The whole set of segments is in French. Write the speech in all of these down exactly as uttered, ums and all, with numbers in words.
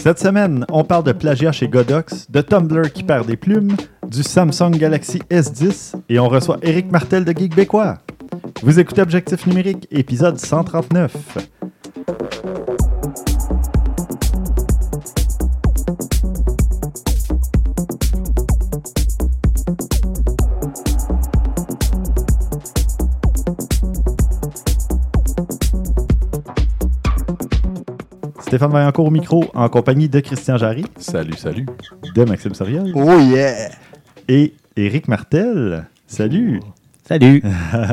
Cette semaine, on parle de plagiat chez Godox, de Tumblr qui perd des plumes, du Samsung Galaxy S dix et on reçoit Éric Martel de Geekbécois. Vous écoutez Objectif numérique, épisode cent trente-neuf. Stéphane Vaillancourt au micro, en compagnie de Christian Jarry. Salut, salut. De Maxime Soriol. Oh yeah! Et Éric Martel. Salut. Oh. Salut.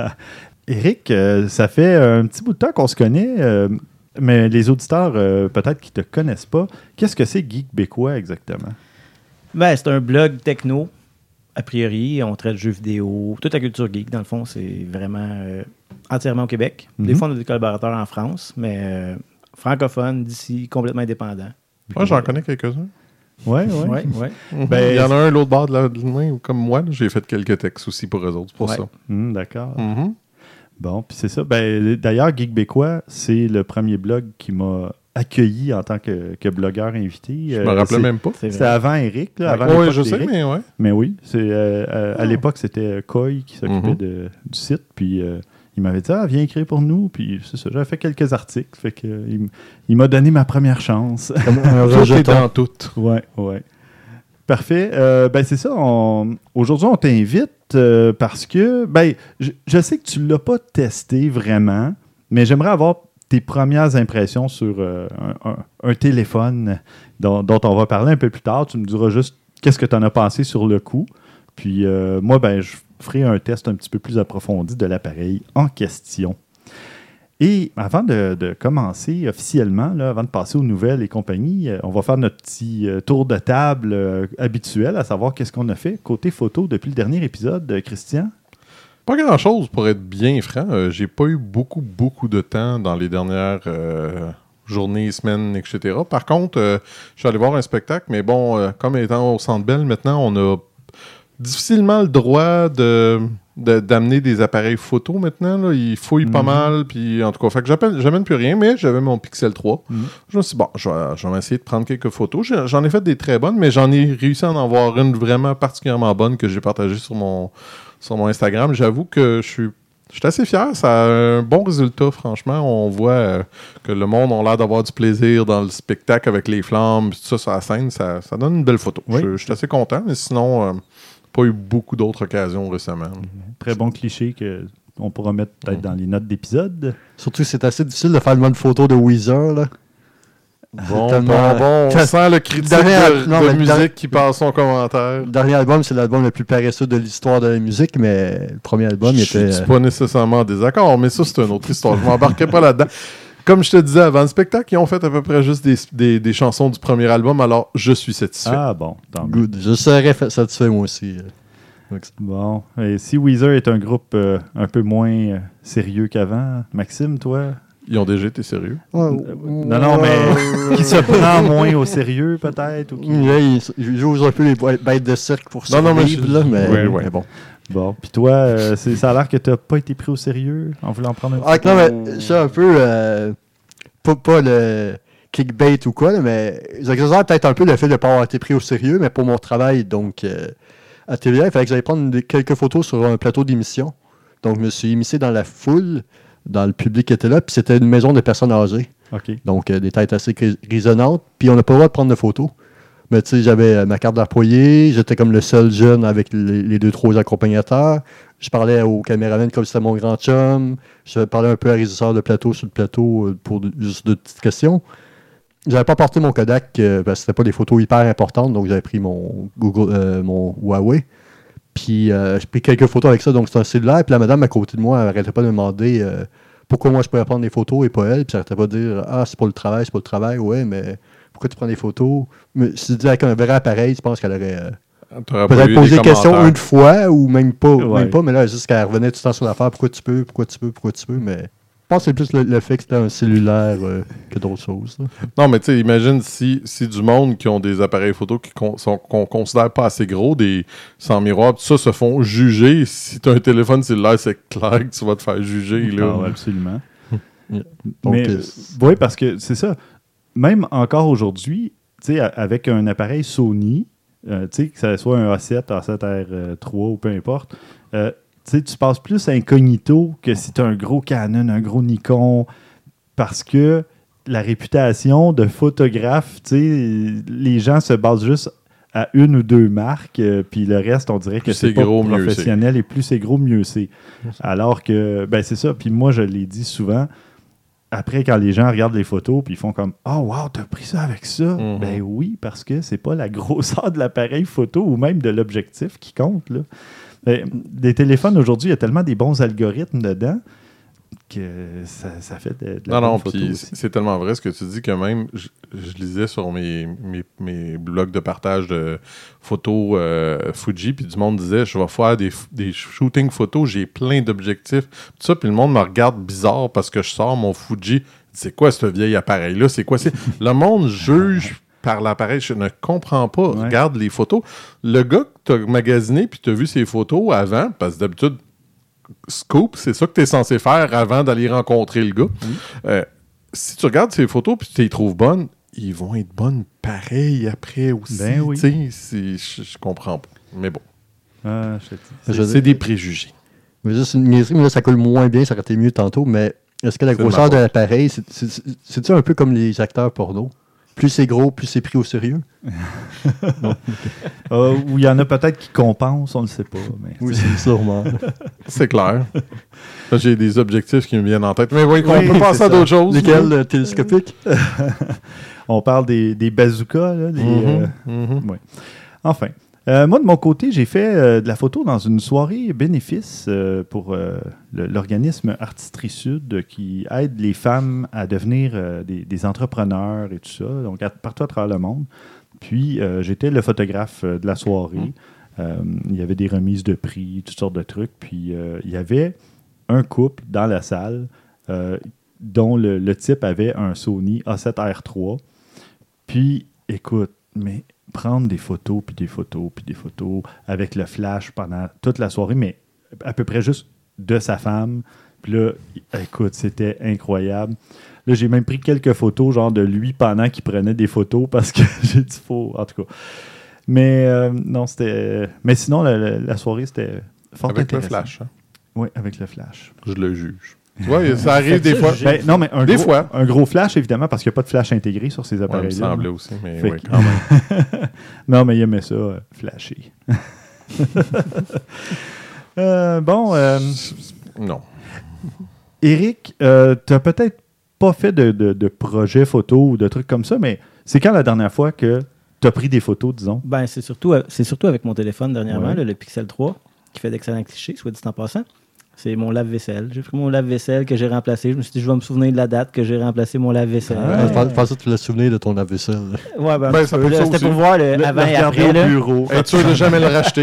Éric, euh, ça fait un petit bout de temps qu'on se connaît, euh, mais les auditeurs, euh, peut-être qui ne te connaissent pas, qu'est-ce que c'est Geekbécois exactement? Ben, c'est un blog techno. A priori, on traite jeux vidéo, toute la culture geek, dans le fond, c'est vraiment euh, entièrement au Québec. Mm-hmm. Des fois, on a des collaborateurs en France, mais... Euh, francophone, d'ici, complètement indépendant. Moi, j'en connais quelques-uns. Oui, oui. Ouais, ouais. Ben, il y en a un l'autre bord de la ligne, comme moi. Là, j'ai fait quelques textes aussi pour eux autres, pour ouais. ça. Mmh, d'accord. Mm-hmm. Bon, puis c'est ça. Ben, d'ailleurs, Geekbécois, c'est le premier blog qui m'a accueilli en tant que, que blogueur invité. Je euh, me rappelais même pas. C'était avant Éric. Là, avant oui, je sais, mais ouais. Mais oui, c'est, euh, euh, à l'époque, c'était Coy qui s'occupait mm-hmm. de, du site, puis... Euh, il m'avait dit « Ah, viens écrire pour nous. » Puis c'est ça, j'avais fait quelques articles. Fait que, euh, il, il m'a donné ma première chance. Comme un rejet dans tout. Oui, oui. Parfait. Euh, ben c'est ça. On, aujourd'hui, on t'invite euh, parce que ben je, je sais que tu ne l'as pas testé vraiment, mais j'aimerais avoir tes premières impressions sur euh, un, un, un téléphone dont, dont on va parler un peu plus tard. Tu me diras juste qu'est-ce que tu en as pensé sur le coup. Puis euh, moi, ben je ferai un test un petit peu plus approfondi de l'appareil en question. Et avant de, de commencer officiellement, là, avant de passer aux nouvelles et compagnie, on va faire notre petit euh, tour de table euh, habituel, à savoir qu'est-ce qu'on a fait côté photo depuis le dernier épisode, Christian? Pas grand-chose, pour être bien franc. Euh, j'ai pas eu beaucoup, beaucoup de temps dans les dernières euh, journées, semaines, et cetera. Par contre, euh, je suis allé voir un spectacle, mais bon, euh, comme étant au Centre Bell, maintenant, on a difficilement le droit de, de, d'amener des appareils photo maintenant. Là. Ils fouillent mmh. pas mal. Puis en tout cas, fait que j'appelle, j'amène plus rien, mais j'avais mon Pixel trois. Mmh. Je me suis dit, bon, je vais, je vais essayer de prendre quelques photos. J'ai, j'en ai fait des très bonnes, mais j'en ai réussi à en avoir une vraiment particulièrement bonne que j'ai partagée sur mon, sur mon Instagram. J'avoue que je suis, je suis assez fier. Ça a un bon résultat, franchement. On voit euh, que le monde a l'air d'avoir du plaisir dans le spectacle avec les flammes, tout ça sur la scène. Ça, ça donne une belle photo. Oui. Je, je suis assez content, mais sinon... Euh, pas eu beaucoup d'autres occasions récemment. Mmh. Très bon cliché qu'on pourra mettre peut-être mmh. dans les notes d'épisode. Surtout que c'est assez difficile de faire le mode photo de Weezer. Là. Bon, tellement... bon, bon. On sent le critique dernier... de, non, de musique dernier... qui passe son commentaire. Le dernier album, c'est l'album le plus paresseux de l'histoire de la musique, mais le premier album, il était... Je suis pas nécessairement en désaccord, mais ça, c'est une autre histoire. Je m'embarquerai pas là-dedans. Comme je te disais avant le spectacle, ils ont fait à peu près juste des, des, des chansons du premier album, alors je suis satisfait. Ah bon, tant mieux. Good. Je serais satisfait moi aussi. Bon, et si Weezer est un groupe euh, un peu moins euh, sérieux qu'avant, Maxime, toi? Ils ont déjà été sérieux. Oh, euh, non, non, mais qui se prend moins au sérieux peut-être? Ou qui... Là, ils jouent un peu les bêtes de cirque pour survivre, non, non, mais, je... là, mais... Oui, oui. mais bon. Bon, puis toi, euh, c'est, ça a l'air que tu n'as pas été pris au sérieux en voulant prendre un ah, non, mais je suis un peu... Euh, pas, pas le clickbait ou quoi, là, mais j'exagère peut-être un peu le fait de ne pas avoir été pris au sérieux, mais pour mon travail, donc, euh, à T V A, il fallait que j'aille prendre des, quelques photos sur un plateau d'émission. Donc, je me suis immiscé dans la foule, dans le public qui était là, puis c'était une maison de personnes âgées. Okay. Donc, euh, des têtes assez grisonnantes, puis on n'a pas le droit de prendre de photos. Mais tu sais, j'avais euh, ma carte d'employé, j'étais comme le seul jeune avec les, les deux, trois accompagnateurs. Je parlais au caméraman comme si c'était mon grand chum. Je parlais un peu à régisseur de plateau sur le plateau euh, pour de, juste de petites questions. J'avais pas porté mon Kodak euh, parce que c'était pas des photos hyper importantes, donc j'avais pris mon Google, euh, mon Huawei. Puis euh, j'ai pris quelques photos avec ça, donc c'est un cellulaire. Puis la madame à côté de moi, elle n'arrêtait pas de me demander euh, pourquoi moi je pouvais prendre des photos et pas elle. Puis elle n'arrêtait pas de dire ah, c'est pour le travail, c'est pour le travail, ouais, mais pourquoi tu prends des photos? Mais si tu dis avec un vrai appareil, je pense qu'elle aurait euh, peut-être posé des questions une fois ou même pas, ouais. même pas, mais là, juste qu'elle revenait tout le temps sur l'affaire. Pourquoi tu peux, pourquoi tu peux, pourquoi tu peux, mais. Je pense que c'est plus le, le fait que c'était un cellulaire euh, que d'autres choses. Là. Non, mais tu sais, imagine si, si du monde qui ont des appareils photo qui con, sont, qu'on considère pas assez gros, des sans miroir, tout ça se font juger. Si tu as un téléphone cellulaire, c'est clair que tu vas te faire juger. Là. Ah, absolument. yeah. Mais, euh, oui, parce que c'est ça. Même encore aujourd'hui, tu sais, avec un appareil Sony, euh, tu sais, que ce soit un A sept, A sept R trois ou peu importe, euh, tu sais, tu passes plus incognito que si tu as un gros Canon, un gros Nikon, parce que la réputation de photographe, tu sais, les gens se basent juste à une ou deux marques, euh, puis le reste, on dirait que Plus c'est c'est pas gros, mieux professionnel, et plus c'est gros, mieux c'est. Alors que, ben c'est ça, puis moi, je l'ai dit souvent, après, quand les gens regardent les photos, puis ils font comme « Oh, wow, t'as pris ça avec ça? Mm-hmm. Ben oui, parce que c'est pas la grosseur de l'appareil photo ou même de l'objectif qui compte, là. Ben, des téléphones, aujourd'hui, il y a tellement des bons algorithmes dedans que ça, ça fait de, de la Non, non, bonne photo puis aussi. c'est tellement vrai ce que tu dis que même, je, je lisais sur mes, mes, mes blogs de partage de photos euh, Fuji, puis du monde disait, je vais faire des, des shootings photos, j'ai plein d'objectifs, tout ça, puis le monde me regarde bizarre parce que je sors mon Fuji. C'est quoi ce vieil appareil-là? C'est quoi? C'est... Le monde juge par l'appareil. Je ne comprends pas. Ouais. Regarde les photos. Le gars que tu as magasiné puis tu as vu ses photos avant, parce que d'habitude, Scoop, c'est ça que tu es censé faire avant d'aller rencontrer le gars. Oui. Euh, si tu regardes ces photos puis tu les trouves bonnes, ils vont être bonnes pareil après aussi. Ben oui. Tu sais, je, je comprends pas. Mais bon, Ah, je te dis. c'est, Je veux c'est dire- des préjugés. Mais juste une niaiserie, mais là, ça coule moins bien, ça aurait été mieux tantôt, mais est-ce que la C'est de grosseur ma de faute. l'appareil, c'est- c'est- c'est- c'est-tu un peu comme les acteurs porno? Plus c'est gros, plus c'est pris au sérieux? Ah, ou il y en a peut-être qui compensent, on ne le sait pas. Mais Oui, sûrement. C'est clair. Là, j'ai des objectifs qui me viennent en tête. Mais oui, on Oui, peut passer c'est à ça. d'autres choses. Lesquels, euh, télescopiques? on parle des, des bazookas. Là, les, euh, Mhm, mhm. ouais. Enfin. Euh, moi, de mon côté, j'ai fait euh, de la photo dans une soirée bénéfice euh, pour euh, le- l'organisme Artistrie Sud euh, qui aide les femmes à devenir euh, des, des entrepreneurs et tout ça, donc à- partout à travers le monde. Puis, euh, j'étais le photographe euh, de la soirée. Euh, il y avait des remises de prix, toutes sortes de trucs. Puis, euh, il y avait un couple dans la salle euh, dont le, le type avait un Sony A sept R trois. Puis, écoute, mais prendre des photos, puis des photos, puis des photos avec le flash pendant toute la soirée, mais à peu près juste de sa femme. Puis là, écoute, c'était incroyable. Là, j'ai même pris quelques photos, genre de lui pendant qu'il prenait des photos, parce que j'ai dit faux, en tout cas. Mais euh, non, c'était... Mais sinon, la, la- la soirée, c'était fort Avec le intéressant. flash. hein. Oui, avec le flash. Je le juge. Tu vois, ça arrive des Faites-tu fois. juger? Ben, non, mais un Des gros, fois. un gros flash, évidemment, parce qu'il n'y a pas de flash intégré sur ces Ouais, il me appareils-là. semblait aussi, mais Fait oui, que- quand même. Non, mais il aimait ça, euh, flasher. Euh, bon, euh, Non. Eric, euh, tu n'as peut-être pas fait de, de, de projet photo ou de trucs comme ça, mais c'est quand la dernière fois que tu as pris des photos, disons? Ben, c'est surtout, c'est surtout avec mon téléphone dernièrement, Ouais. là, le Pixel trois, qui fait d'excellents clichés, soit dit en passant. C'est mon lave-vaisselle. J'ai pris mon lave-vaisselle que j'ai remplacé. Je me suis dit, je vais me souvenir de la date que j'ai remplacé mon lave-vaisselle. Ah. Je pense- je pensais que tu l'as souvenir de ton lave-vaisselle. Ouais, ben, un Ben, petit ça peu, peut là. ça C'était aussi. pour voir le, Le- avant le et regarder après. au Là. bureau. Être sûr de jamais le racheter.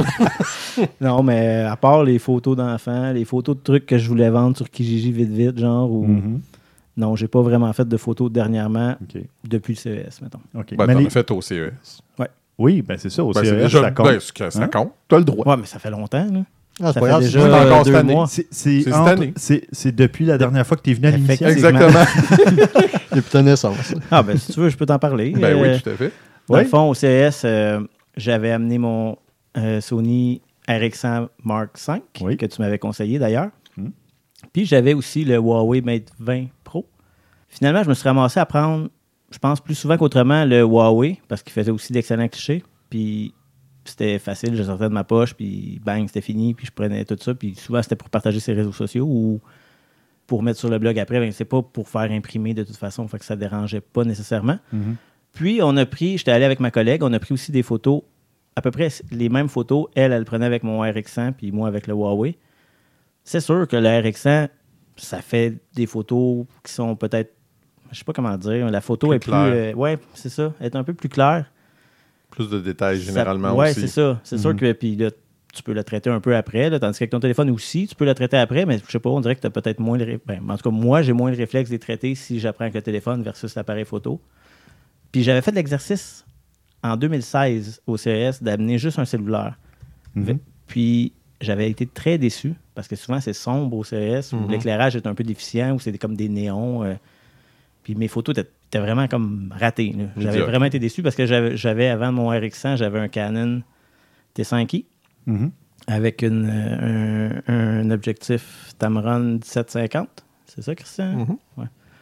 Non, mais à part les photos d'enfants, les photos de trucs que je voulais vendre sur Kijiji vite vite, genre, ou... Mhm. Non, j'ai pas vraiment fait de photos dernièrement OK. depuis le C E S, mettons. OK. Ben, Mais t'en les- as fait au C E S. Oui, ben c'est ça. Au Ben, C E S, c'est déjà, ça compte. ben, c'est que ça Hein? compte. Tu as le droit. Ouais, mais ça fait longtemps, là. Ah, Ça c'est pas fait grave, déjà c'est encore euh, cette deux année. mois. C'est, c'est, C'est cette entre- année. c'est- c'est depuis la dernière fois que tu es venu à l'émission. Effectivement. Exactement. depuis ta naissance. Ah, ben si tu veux, je peux t'en parler. Ben Euh, oui, tout à fait. Dans Ouais. le fond, au C E S, euh, j'avais amené mon euh, Sony R X cent Mark cinq, Oui. que tu m'avais conseillé d'ailleurs. Hmm. Puis j'avais aussi le Huawei Mate vingt Pro. Finalement, je me suis ramassé à prendre, je pense plus souvent qu'autrement, le Huawei, parce qu'il faisait aussi d'excellents clichés. Puis c'était facile, je sortais de ma poche, puis bang, c'était fini, puis je prenais tout ça. Puis souvent, c'était pour partager ses réseaux sociaux ou pour mettre sur le blog après. Ben, c'est pas pour faire imprimer de toute façon, fait que ça dérangeait pas nécessairement. Mhm. Puis, on a pris, j'étais allé avec ma collègue, on a pris aussi des photos, à peu près les mêmes photos. Elle, elle prenait avec mon R X cent, puis moi avec le Huawei. C'est sûr que le R X cent, ça fait des photos qui sont peut-être, je sais pas comment dire, la photo Plus est plus. claire. euh, ouais, c'est ça, elle est un peu plus claire. Plus de détails Ça- généralement ouais, aussi. c'est ça. C'est sûr Mhm. que, puis là, tu peux la traiter un peu après, là, tandis qu'avec ton téléphone aussi, tu peux la traiter après, mais je sais pas, on dirait que tu as peut-être moins le. ré- Ben, en tout cas, moi, j'ai moins le réflexe de les traiter si j'apprends avec le téléphone versus l'appareil photo. Puis j'avais fait de l'exercice en deux mille seize au C E S d'amener juste un cellulaire. Mhm. Puis j'avais été très déçu parce que souvent c'est sombre au C E S où Mhm. l'éclairage est un peu déficient, où c'est des- comme des néons. euh. Puis mes photos étaient, étaient vraiment comme ratées. là. J'avais Médiocre. vraiment été déçu parce que j'avais, j'avais avant mon R X cent, j'avais un Canon T cinq i Mhm. avec une, euh, un, un objectif Tamron dix-sept cinquante. C'est ça, Christian? Mhm.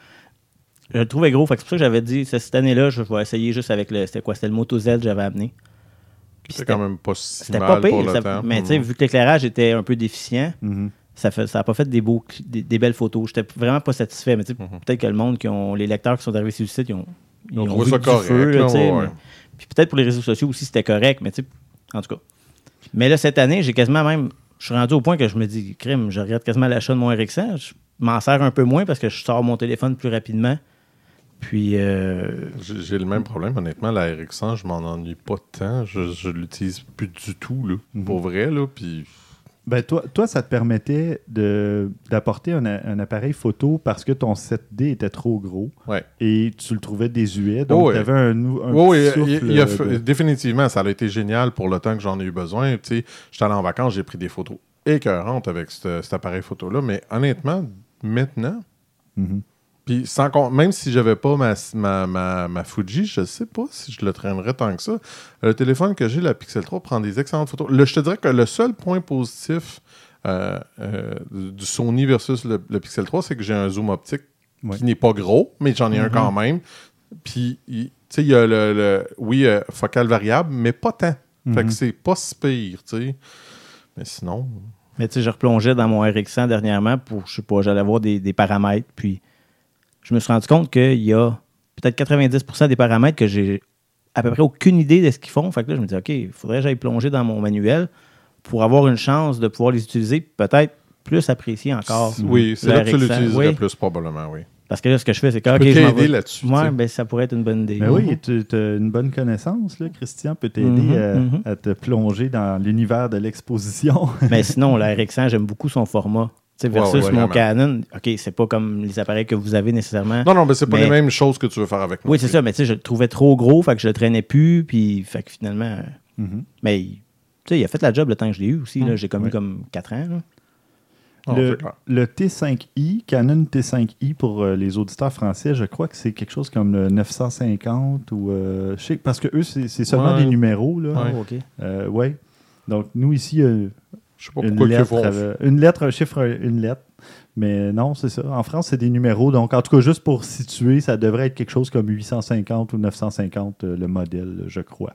Je le trouvais gros. Fait que c'est pour ça que j'avais dit, cette année-là, je vais essayer juste avec le. C'était quoi? C'était le Moto Z que j'avais amené. Puis C'est quand même pas si c'était mal pas pour pire. le ça- temps. mais tu sais, Mhm. vu que l'éclairage était un peu déficient, Mhm. ça n'a ça a pas fait des, beaux, cl- des, des belles photos. J'étais vraiment pas satisfait. Mais tu sais, Mhm. peut-être que le monde, qui ont, les lecteurs qui sont arrivés sur le site, ils ont, Ils ont vu trouvé ça du correct, feu, là, là, tu sais, ouais, mais- ouais. Puis peut-être pour les réseaux sociaux aussi, c'était correct. Mais tu sais, en tout cas. Mais là, cette année, j'ai quasiment même. Je suis rendu au point que je me dis, crime, je regarde quasiment l'achat de mon R X cent. Je m'en sers un peu moins parce que je sors mon téléphone plus rapidement. Puis. Euh, J'ai j'ai le même problème, honnêtement. La R X cent, je m'en ennuie pas tant. Je, je l'utilise plus du tout, là. Mhm. Pour vrai, là. Puis. Ben, toi, toi, ça te permettait de, d'apporter un, a- un appareil photo parce que ton sept D était trop gros Ouais. et tu le trouvais désuet. Donc, Oh, ouais. tu avais un, nou- un Oui, petit oui, souffle. il, il a euh, fait- de- définitivement, ça a été génial pour le temps que j'en ai eu besoin. Tu sais, j'étais allé en vacances, j'ai pris des photos écœurantes avec ce- cet appareil photo-là. Mais honnêtement, maintenant, Mhm. puis sans con- même si j'avais pas ma, ma, ma, ma Fuji, je sais pas si je le traînerais tant que ça. Le téléphone que j'ai, la Pixel trois, prend des excellentes photos. Le, je te dirais que le seul point positif euh, euh, du Sony versus le, le Pixel trois, c'est que j'ai un zoom optique Ouais. qui n'est pas gros, mais j'en ai un Mhm. quand même. Puis, il- tu sais, il y a le, le- oui, euh, focal variable, mais pas tant. Fait Mhm. que c'est pas si pire, tu sais. Mais sinon, Mais tu sais, je replongeais dans mon R X cent dernièrement pour, je sais pas, j'allais voir des, des paramètres. Puis je me suis rendu compte qu'il y a peut-être quatre-vingt-dix pour cent des paramètres que j'ai à peu près aucune idée de ce qu'ils font. Fait que là, je me dis, OK, il faudrait que j'aille plonger dans mon manuel pour avoir une chance de pouvoir les utiliser, peut-être plus apprécier encore. oui, c'est le là que tu R X cent. l'utiliserais Oui. plus, probablement, oui. Parce que là, ce que je fais, c'est que, Je OK, peux je m'en t'aider vais- là-dessus, tu Ouais, sais. ben, ça pourrait être une bonne idée. Ben oui, tu as une bonne connaissance, là. Christian peut t'aider Mhm, à, mhm. à te plonger dans l'univers de l'exposition. Mais sinon, le R X cent, j'aime beaucoup son format. Tu sais, Ouais, versus ouais, mon vraiment. Canon, OK, c'est pas comme les appareils que vous avez nécessairement. Non, non, mais c'est pas Mais- les mêmes choses que tu veux faire avec moi. Oui, c'est ça, mais tu sais, je le trouvais trop gros, fait que je le traînais plus, puis fait que finalement. euh, Mhm. Mais tu sais, il a fait la job le temps que je l'ai eu aussi. là. J'ai comme Ouais. eu comme quatre ans. Là. Ah, le, c'est clair. le T cinq i, Canon T cinq i pour euh, les auditeurs français, je crois que c'est quelque chose comme le neuf cent cinquante ou euh, je sais, parce que eux c'est, c'est seulement Ouais. des numéros là. Ouais. Oh, OK. Euh, ouais. Donc nous ici euh, Je sais pas une pourquoi ils lettre, font. euh, une lettre, un chiffre, une lettre. Mais non, c'est ça. En France, c'est des numéros. Donc, en tout cas, juste pour situer, ça devrait être quelque chose comme huit cent cinquante ou neuf cent cinquante, euh, le modèle, je crois.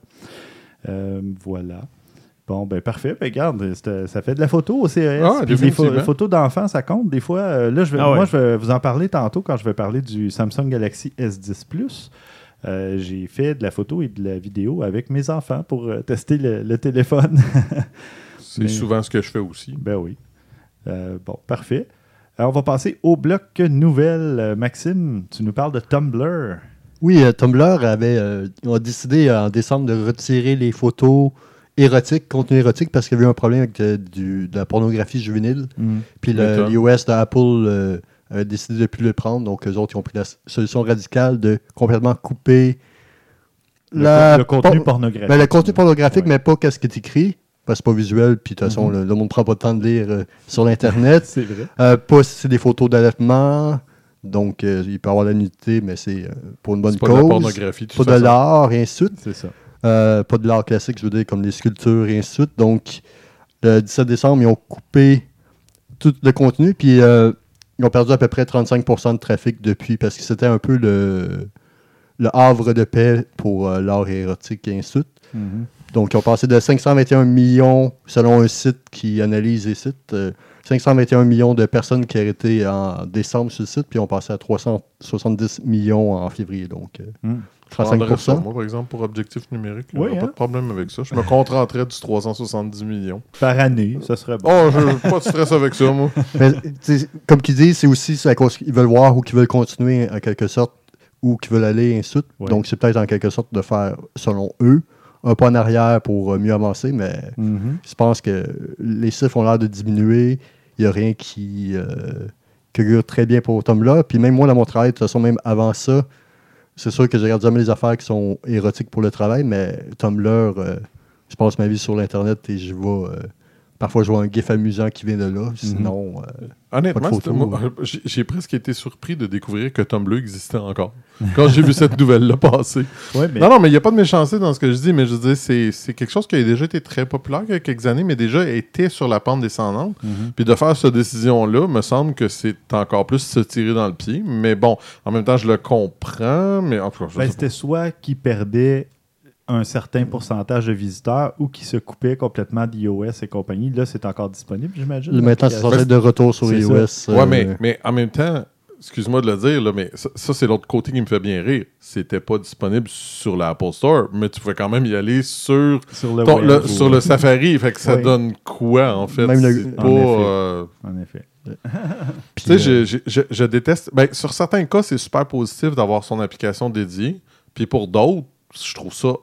Euh, voilà. Bon, ben parfait. Ben, regarde, c'est- ça fait de la photo au C E S. Ah, Puis les pho- définitivement. photos d'enfants, ça compte. Des fois, euh, là, je vais, Ah ouais. moi, je vais vous en parler tantôt quand je vais parler du Samsung Galaxy S dix Plus. Euh, j'ai fait de la photo et de la vidéo avec mes enfants pour euh, tester le, le téléphone. C'est Mais- souvent ce que je fais aussi. Ben oui. Euh, bon, parfait. Alors, on va passer au bloc nouvelles. Euh, Maxime, tu nous parles de Tumblr. Oui, euh, Tumblr avait euh, ils ont décidé euh, en décembre de retirer les photos érotiques, contenu érotique, parce qu'il y avait eu un problème avec de, du- de la pornographie juvénile. Puis le- M'étonne. l'iO S d'Apple euh, avait décidé de ne plus le prendre. Donc, eux autres, ils ont pris la s- solution radicale de complètement couper Le, la co- le contenu por- pornographique. ben, le contenu pornographique, Ouais. mais pas qu'est-ce qui est écrit. Parce que c'est pas visuel, puis de toute façon, Mhm. le, le monde ne prend pas le temps de lire euh, sur l'Internet. C'est vrai. Euh, pas si c'est des photos d'allaitement. Donc, euh, il peut y avoir la nudité, mais c'est euh, pour une bonne C'est pas de la cause. pornographie, de Pas toute de façon. l'art, et ainsi de suite. C'est ça. Euh, pas de l'art classique, je veux dire, comme les sculptures, et ainsi de suite. Donc, le dix-sept décembre, ils ont coupé tout le contenu, puis euh, ils ont perdu à peu près trente-cinq pour cent de trafic depuis, parce que c'était un peu le, le havre de paix pour euh, l'art érotique, et ainsi de suite. Mhm. Donc, ils ont passé de cinq cent vingt et un millions, selon un site qui analyse les sites, euh, cinq cent vingt et un millions de personnes qui auraient été en décembre sur le site, puis ils ont passé à trois cent soixante-dix millions en février. Donc, euh, Mhm. Je trente-cinq prendrais pour ça, cent. moi, par exemple, pour objectif numérique. Il Oui, n'y a hein? pas de problème avec ça. Je me contenterais du trois cent soixante-dix millions. Par année, ça serait bon. Oh, je n'ai pas de stress avec ça, moi. Mais, tu sais, comme qu'ils disent, c'est aussi c'est à cause qu'ils veulent voir où qu'ils veulent continuer en quelque sorte, où qu'ils veulent aller, et ainsi de suite. Ouais. Donc, c'est peut-être en quelque sorte de faire, selon eux, un pas en arrière pour euh, mieux avancer, mais Mhm. je pense que les chiffres ont l'air de diminuer. Il n'y a rien qui, euh, qui augure très bien pour Tumblr. Puis même moi, dans mon travail, de toute façon, même avant ça, c'est sûr que je regarde jamais les affaires qui sont érotiques pour le travail, mais Tumblr, euh, je passe ma vie sur l'Internet et je vais euh, parfois, je vois un gif amusant qui vient de là. Sinon, Mm-hmm. euh, Honnêtement, pas de c'était- photo, moi, j'ai, j'ai presque été surpris de découvrir que Tumblr existait encore. Quand j'ai vu cette nouvelle-là passer. Ouais, mais Non, non, mais il n'y a pas de méchanceté dans ce que je dis, mais je veux dire, c'est, c'est quelque chose qui a déjà été très populaire il y a quelques années, mais déjà était sur la pente descendante. Mhm. Puis de faire cette décision-là, me semble que c'est encore plus se tirer dans le pied. Mais bon, en même temps, je le comprends, mais en tout cas, je ben, sais c'était soit qui perdait un certain pourcentage de visiteurs ou qui se coupait complètement d'iOS et compagnie. Là, c'est encore disponible, j'imagine. le maintenant, c'est censé être de retour sur C'est iOS. ça. pas. Ouais, euh, mais, mais en même temps, excuse-moi de le dire, là, mais ça, ça, c'est l'autre côté qui me fait bien rire. C'était pas disponible sur l'Apple Store, mais tu pouvais quand même y aller sur, sur le, ton- web le, ou- sur le Safari. Fait que ça Oui. donne quoi, en fait? Même le- C'est En pas... effet. euh, En effet. puis, Tu sais, euh, je, je, je- je déteste. Ben, sur certains cas, c'est super positif d'avoir son application dédiée. Puis pour d'autres, je trouve ça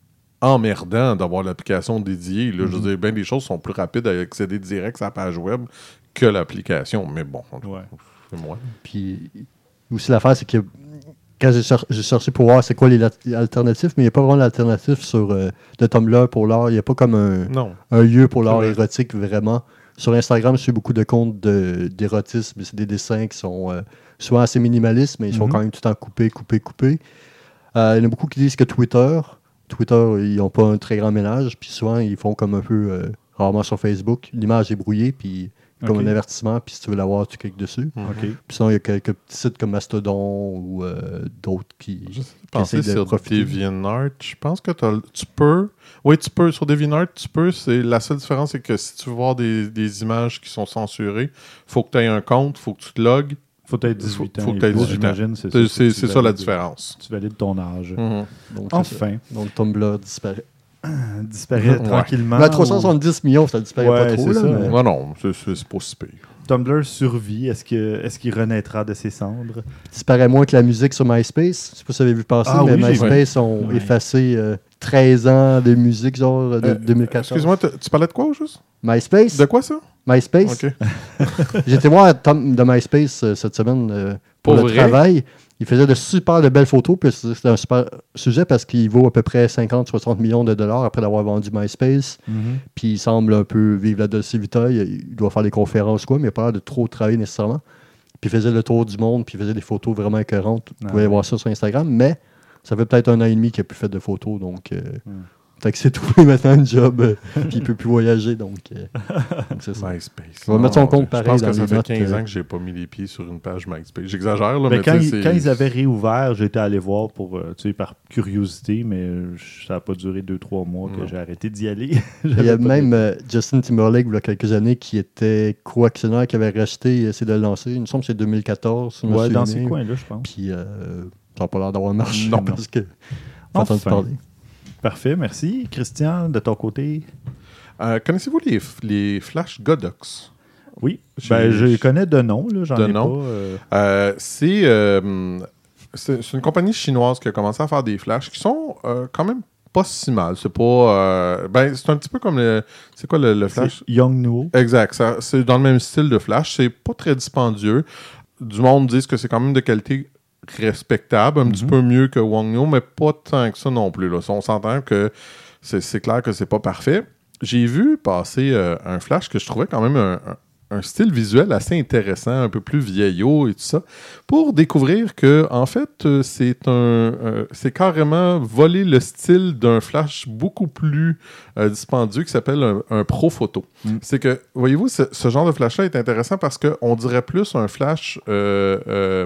emmerdant d'avoir l'application dédiée. Là. Je veux dire, ben des choses sont plus rapides à accéder direct à la page web que l'application. Mais bon, Ouais. c'est moi. Puis aussi l'affaire, c'est que quand j'ai, cher- j'ai cherché pour voir c'est quoi les, lat- les alternatifs, mais il n'y a pas vraiment d'alternative sur euh, de Tumblr pour l'art. Il n'y a pas comme un, Non. un lieu pour l'art Ouais. érotique vraiment. Sur Instagram, je suis beaucoup de comptes de, d'érotisme. C'est des dessins qui sont euh, souvent assez minimalistes, mais ils sont Mhm. quand même tout le temps coupés, coupés, coupés. Euh, il y en a beaucoup qui disent que Twitter, Twitter, ils n'ont pas un très grand ménage, puis souvent, ils font comme un peu, euh, rarement sur Facebook, l'image est brouillée, puis comme Ok. un avertissement, puis si tu veux l'avoir, tu cliques dessus. OK. Puis sinon, il y a quelques petits sites comme Mastodon ou euh, d'autres qui... Je sais pas penser essaye de sur profiter. DeviantArt. Je pense que t'as- tu peux. Oui, tu peux. Sur DeviantArt, tu peux. C'est, la seule différence, c'est que si tu veux voir des, des images qui sont censurées, faut que tu aies un compte, faut que tu te logues. Faut être dix-huit Faut- ans. faut que et t'aies plus, dix-huit ans. j'imagine, C'est, C'est, ça, c'est, Faut que c'est tu ça la valides- différence. Tu valides ton âge. Mhm. Donc, c'est ça. Enfin, Donc Tumblr disparaît. disparaît Ouais. tranquillement. Mais à trois cent soixante-dix millions, ça disparaît Ouais, pas trop. c'est Là, ça. mais- Non, non, c'est, c'est, c'est pas si pire. Tumblr survit. Est-ce, que, est-ce qu'il renaîtra de ses cendres? disparaît moins que la musique sur MySpace. Je sais pas si vous avez vu passer, Ah mais oui, j'ai MySpace ont Ouais. effacé euh, treize ans de musique, genre de Euh, deux mille quatorze. Excuse-moi, t- tu parlais de quoi, au juste? MySpace? De quoi, ça? MySpace? OK. J'étais voir Tom de MySpace euh, cette semaine euh, pour, Pour le vrai? travail. Il faisait de super de belles photos, puis c'était un super sujet parce qu'il vaut à peu près cinquante à soixante millions de dollars après d'avoir vendu MySpace. Puis il semble un peu vivre la Dolce Vita. Il, il doit faire des conférences, quoi, mais il n'a pas l'air de trop travailler nécessairement. Puis il faisait le tour du monde, puis il faisait des photos vraiment écœurantes. Vous Ah pouvez ouais. voir ça sur Instagram, mais ça fait peut-être un an et demi qu'il n'a plus fait de photos, donc euh, Hmm. peut-être que c'est trouvé maintenant un job, euh, puis il ne peut plus voyager, donc euh, donc c'est ça. MySpace. On va mettre son compte Je pareil pense dans que ça les fait notes, quinze euh. ans que j'ai pas mis les pieds sur une page MySpace. J'exagère, là, Ben, mais quand, tu ils, sais, quand c'est- ils avaient réouvert, j'étais allé voir pour, euh, tu sais, par curiosité, mais euh, ça n'a pas duré deux trois mois que Non. j'ai arrêté d'y aller. Il y a J'avais pas même de- euh, Justin Timberlake, il y a quelques années, qui était co-actionnaire, qui avait racheté, essayé de le lancer. Il me semble que c'est deux mille quatorze. si je me Ouais, dans souviens ces bien. coins-là, je pense. Puis euh, ça n'a pas l'air d'avoir marché Non. parce que j'ai entendu Enfin. parler. Parfait, merci. Christian, de ton côté? Euh, connaissez-vous les, f- les Flash Godox? Oui. J'ai- Ben, je connais de nom, là, j'en De ai nom. pas. euh, Euh, c'est, euh, c'est c'est une compagnie chinoise qui a commencé à faire des flashs qui sont euh, quand même pas si mal. C'est pas. euh, ben, c'est un petit peu comme le. C'est quoi le, le flash? c'est Young Nuo. Exact. ça- c'est dans le même style de flash. C'est pas très dispendieux. Du monde dit que c'est quand même de qualité respectable, un petit Mhm. peu mieux que Wangyo, mais pas tant que ça non plus. Là. On s'entend que c'est, c'est clair que c'est pas parfait. J'ai vu passer euh, un flash que je trouvais quand même un, un- un style visuel assez intéressant, un peu plus vieillot et tout ça, pour découvrir que en fait euh, c'est un, euh, c'est carrément voler le style d'un flash beaucoup plus euh, dispendieux qui s'appelle un, un pro photo. Mm. C'est que, voyez-vous, ce, ce genre de flash-là est intéressant parce qu'on dirait plus un flash euh, euh,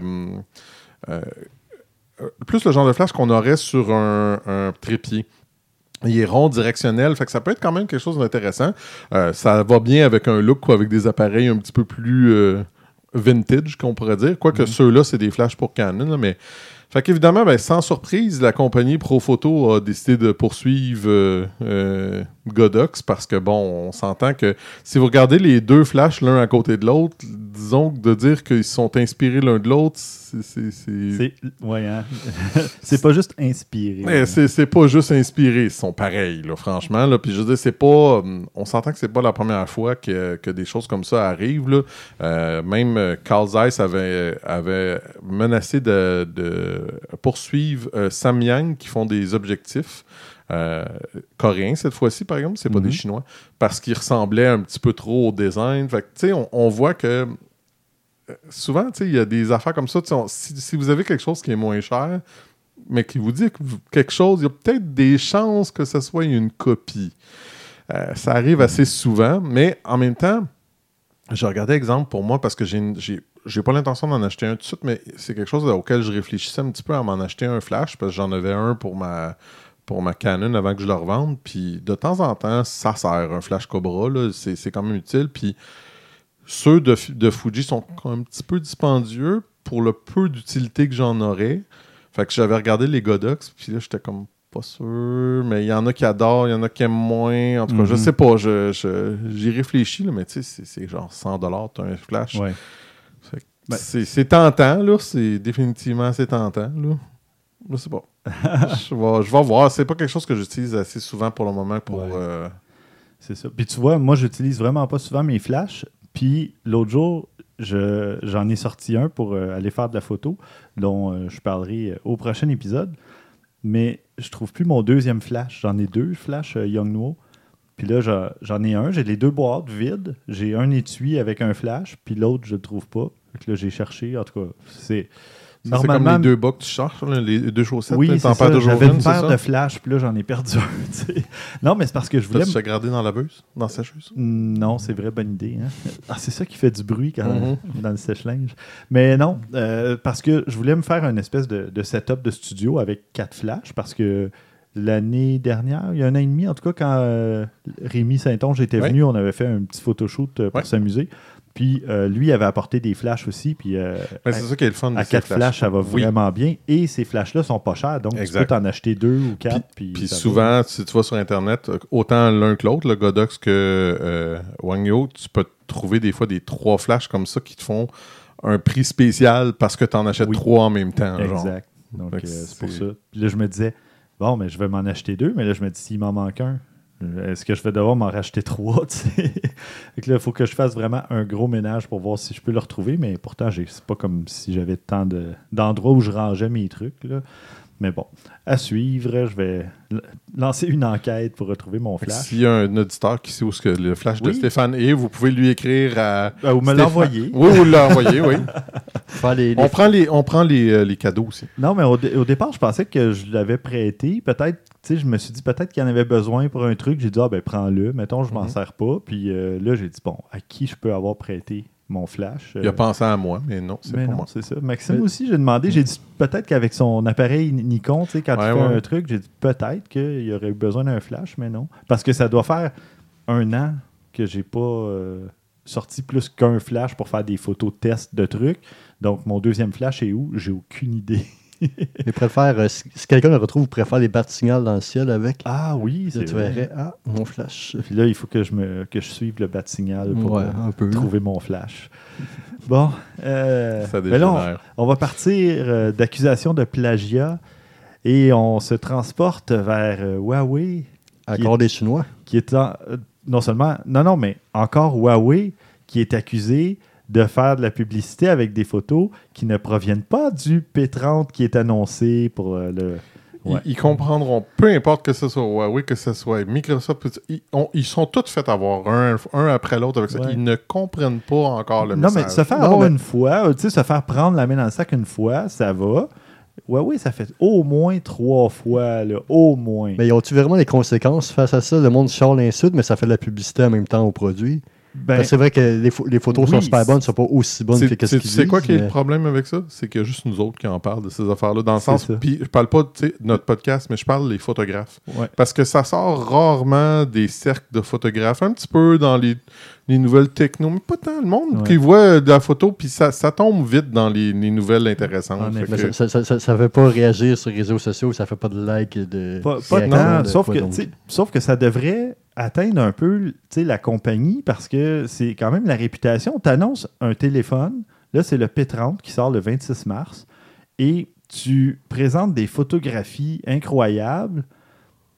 euh, euh, plus le genre de flash qu'on aurait sur un, un trépied. Il est rond, directionnel, fait que ça peut être quand même quelque chose d'intéressant. Euh, ça va bien avec un look, quoi, avec des appareils un petit peu plus euh, vintage, qu'on pourrait dire. Quoique Mhm. ceux-là, c'est des flashs pour Canon, là, mais... Fait qu'évidemment, ben, sans surprise, la compagnie Profoto a décidé de poursuivre euh, euh, Godox parce que, bon, on s'entend que si vous regardez les deux flashs l'un à côté de l'autre, disons que de dire qu'ils se sont inspirés l'un de l'autre, c'est... c'est, c'est... C'est, ouais, hein? C'est pas juste inspiré. Ouais, c'est, c'est pas juste inspiré, ils sont pareils, là, franchement. Là. Puis je veux dire, c'est pas. hum, On s'entend que c'est pas la première fois que, que des choses comme ça arrivent. Là. Euh, même euh, Carl Zeiss avait, avait menacé de, de, euh, poursuivre euh, Samyang qui font des objectifs euh, coréens cette fois-ci, par exemple. C'est pas Mm-hmm. des Chinois. Parce qu'ils ressemblaient un petit peu trop au design. Fait que, tu sais, on, on voit que euh, souvent, tu sais, il y a des affaires comme ça. On, si, si vous avez quelque chose qui est moins cher, mais qui vous dit que vous- quelque chose, il y a peut-être des chances que ce soit une copie. Euh, ça arrive assez souvent, mais en même temps, je regardais exemple pour moi parce que j'ai, une- j'ai, j'ai pas l'intention d'en acheter un tout de suite, mais c'est quelque chose auquel je réfléchissais un petit peu à m'en acheter un flash parce que j'en avais un pour ma, pour ma Canon avant que je le revende. Puis de temps en temps, ça sert un flash Cobra, là, c'est, c'est quand même utile. Puis ceux de, Fu- de Fuji sont un petit peu dispendieux pour le peu d'utilité que j'en aurais. Fait que j'avais regardé les Godox, puis là, j'étais comme pas sûr. Mais il y en a qui adorent, il y en a qui aiment moins. En tout cas, je Mhm. sais pas. Je, je- j'y réfléchis, là, mais tu sais, c'est, c'est genre cent dollars, t'as un flash. Ouais. Fait que Ben- c'est, c'est tentant, là. C'est définitivement assez tentant, là. Je sais pas. je, vais, je vais voir. C'est pas quelque chose que j'utilise assez souvent pour le moment pour... Ouais. euh, C'est ça. Puis tu vois, moi, j'utilise vraiment pas souvent mes flashs. Puis l'autre jour, je, j'en ai sorti un pour euh, aller faire de la photo, dont euh, je parlerai euh, au prochain épisode. Mais je trouve plus mon deuxième flash. J'en ai deux flashs euh, Yongnuo. Puis là, j'en, j'en ai un. J'ai les deux boîtes vides. J'ai un étui avec un flash. Puis l'autre, je le trouve pas. Fait que là, j'ai cherché. En tout cas, c'est... ça, c'est comme les deux bas que tu cherches, là, les deux chaussettes. Oui, là, c'est t'en perds ça. toujours J'avais une, une c'est paire ça? de flash, puis là, j'en ai perdu un. tu sais. Non, mais c'est parce que je voulais... T'as-tu déjà gardé dans la buse, dans la sécheuse? Non, c'est vrai, bonne idée. Hein? Ah, c'est ça qui fait du bruit quand Mhm. dans le sèche-linge. Mais non, euh, parce que je voulais me faire une espèce de, de setup de studio avec quatre flashs, parce que l'année dernière, il y a un an et demi, en tout cas, quand euh, Rémi Saint-Onge était Ouais. venu, on avait fait un petit photoshoot euh, pour Ouais. s'amuser. Puis euh, lui avait apporté des flashs aussi. Puis euh, Ben, c'est à, ça qui est le fun de à ces quatre flashs, ça va Oui. vraiment bien. Et ces flashs-là sont pas chers. Donc, Exact. tu peux t'en acheter deux ou quatre. Puis, Puis ça va. souvent, si tu vas sur Internet, euh, autant l'un que l'autre, le Godox que euh, Wangyo, tu peux trouver des fois des trois flashs comme ça qui te font un prix spécial parce que tu en achètes Oui. trois en même temps. Genre. Exact. Donc, Fait que euh, c'est pour c'est- ça. Puis là, je me disais, bon, mais je vais m'en acheter deux. Mais là, je me dis, s'il m'en manque un, euh, est-ce que je vais devoir m'en racheter trois? tu sais? Fait que là, il faut que je fasse vraiment un gros ménage pour voir si je peux le retrouver. Mais pourtant, j'ai- c'est pas comme si j'avais tant de, d'endroits où je rangeais mes trucs. Là. Mais bon, à suivre, je vais l- lancer une enquête pour retrouver mon Fait que flash. S'il y a un auditeur qui sait où ce que le flash de Oui. Stéphane est, vous pouvez lui écrire à. Ah, vous me Stéphane- l'envoyez. Oui, vous l'envoyez, oui. Faire les, les On prend les, on prend les, euh, les cadeaux aussi. Non, mais au, dé- au départ, je pensais que je l'avais prêté. Peut-être, tu sais, je me suis dit peut-être qu'il en avait besoin pour un truc. J'ai dit, ah ben prends-le. Mettons, je m'en Mhm. sers pas. Puis euh, là, j'ai dit, bon, à qui je peux avoir prêté mon flash? Il a Euh, pensé à moi, mais non, c'est mais pas non, moi. c'est ça. Maxime Mais- aussi, j'ai demandé. J'ai dit peut-être qu'avec son appareil Nikon, tu sais, quand Ouais, il fait ouais. un truc, j'ai dit peut-être qu'il y aurait eu besoin d'un flash, mais non. Parce que ça doit faire un an que j'ai pas euh, sorti plus qu'un flash pour faire des photos test de trucs. Donc, mon deuxième flash est où? J'ai aucune idée. Mais préfère, euh, si, si quelqu'un le retrouve, préfère les bat-signal dans le ciel avec. Ah oui, Là, c'est tu vrai. verrais, ah, mon flash. Puis là, il faut que je me que je suive le bat-signal pour Ouais, euh, un peu. là. trouver mon flash. Bon, euh, Ça mais là, dégénère. on, on va partir euh, d'accusations de plagiat et on se transporte vers euh, Huawei, Encore des Chinois. qui est en- euh, non seulement, non, non, mais encore Huawei qui est accusé de faire de la publicité avec des photos qui ne proviennent pas du P trente qui est annoncé pour euh, le... Ouais. Ils, ils comprendront, peu importe que ce soit Huawei, que ce soit Microsoft, ils, ont- ils sont tous fait avoir un, un après l'autre avec ça. Ouais. Ils ne comprennent pas encore le Non, message. mais se faire Non, avoir mais- une fois, euh, tu sais, se faire prendre la main dans le sac une fois, ça va. Ouais, oui, ça fait au moins trois fois, là, au moins. Mais ils ont-tu vraiment des conséquences face à ça? Le monde chiale l'insulte, mais ça fait de la publicité en même temps au produit. Ben, Parce que c'est vrai que les, pho- les photos oui, sont super bonnes, c'est- ne sont pas aussi bonnes C'est- que ce c'est- qu'ils Tu sais quoi disent, qui est le mais- problème avec ça? C'est qu'il y a juste nous autres qui en parlent de ces affaires-là. Dans le C'est sens, ça. puis je parle pas tu sais, de notre podcast, mais je parle des photographes. ouais. Parce que ça sort rarement des cercles de photographes, un petit peu dans les, les nouvelles techno, mais pas tant le monde Ouais. qui voit de la photo, puis ça, ça tombe vite dans les, les nouvelles intéressantes. En Fait effet. Mais que- ça, ça, ça, ça fait pas réagir sur les réseaux sociaux, ça fait pas de like, de Pas, pas réaction tant, de sauf quoi que, donc. tu sais, sauf que ça devrait atteindre un peu tu sais, la compagnie parce que c'est quand même la réputation. Tu annonces un téléphone, là c'est le P trente qui sort le vingt-six mars, et tu présentes des photographies incroyables,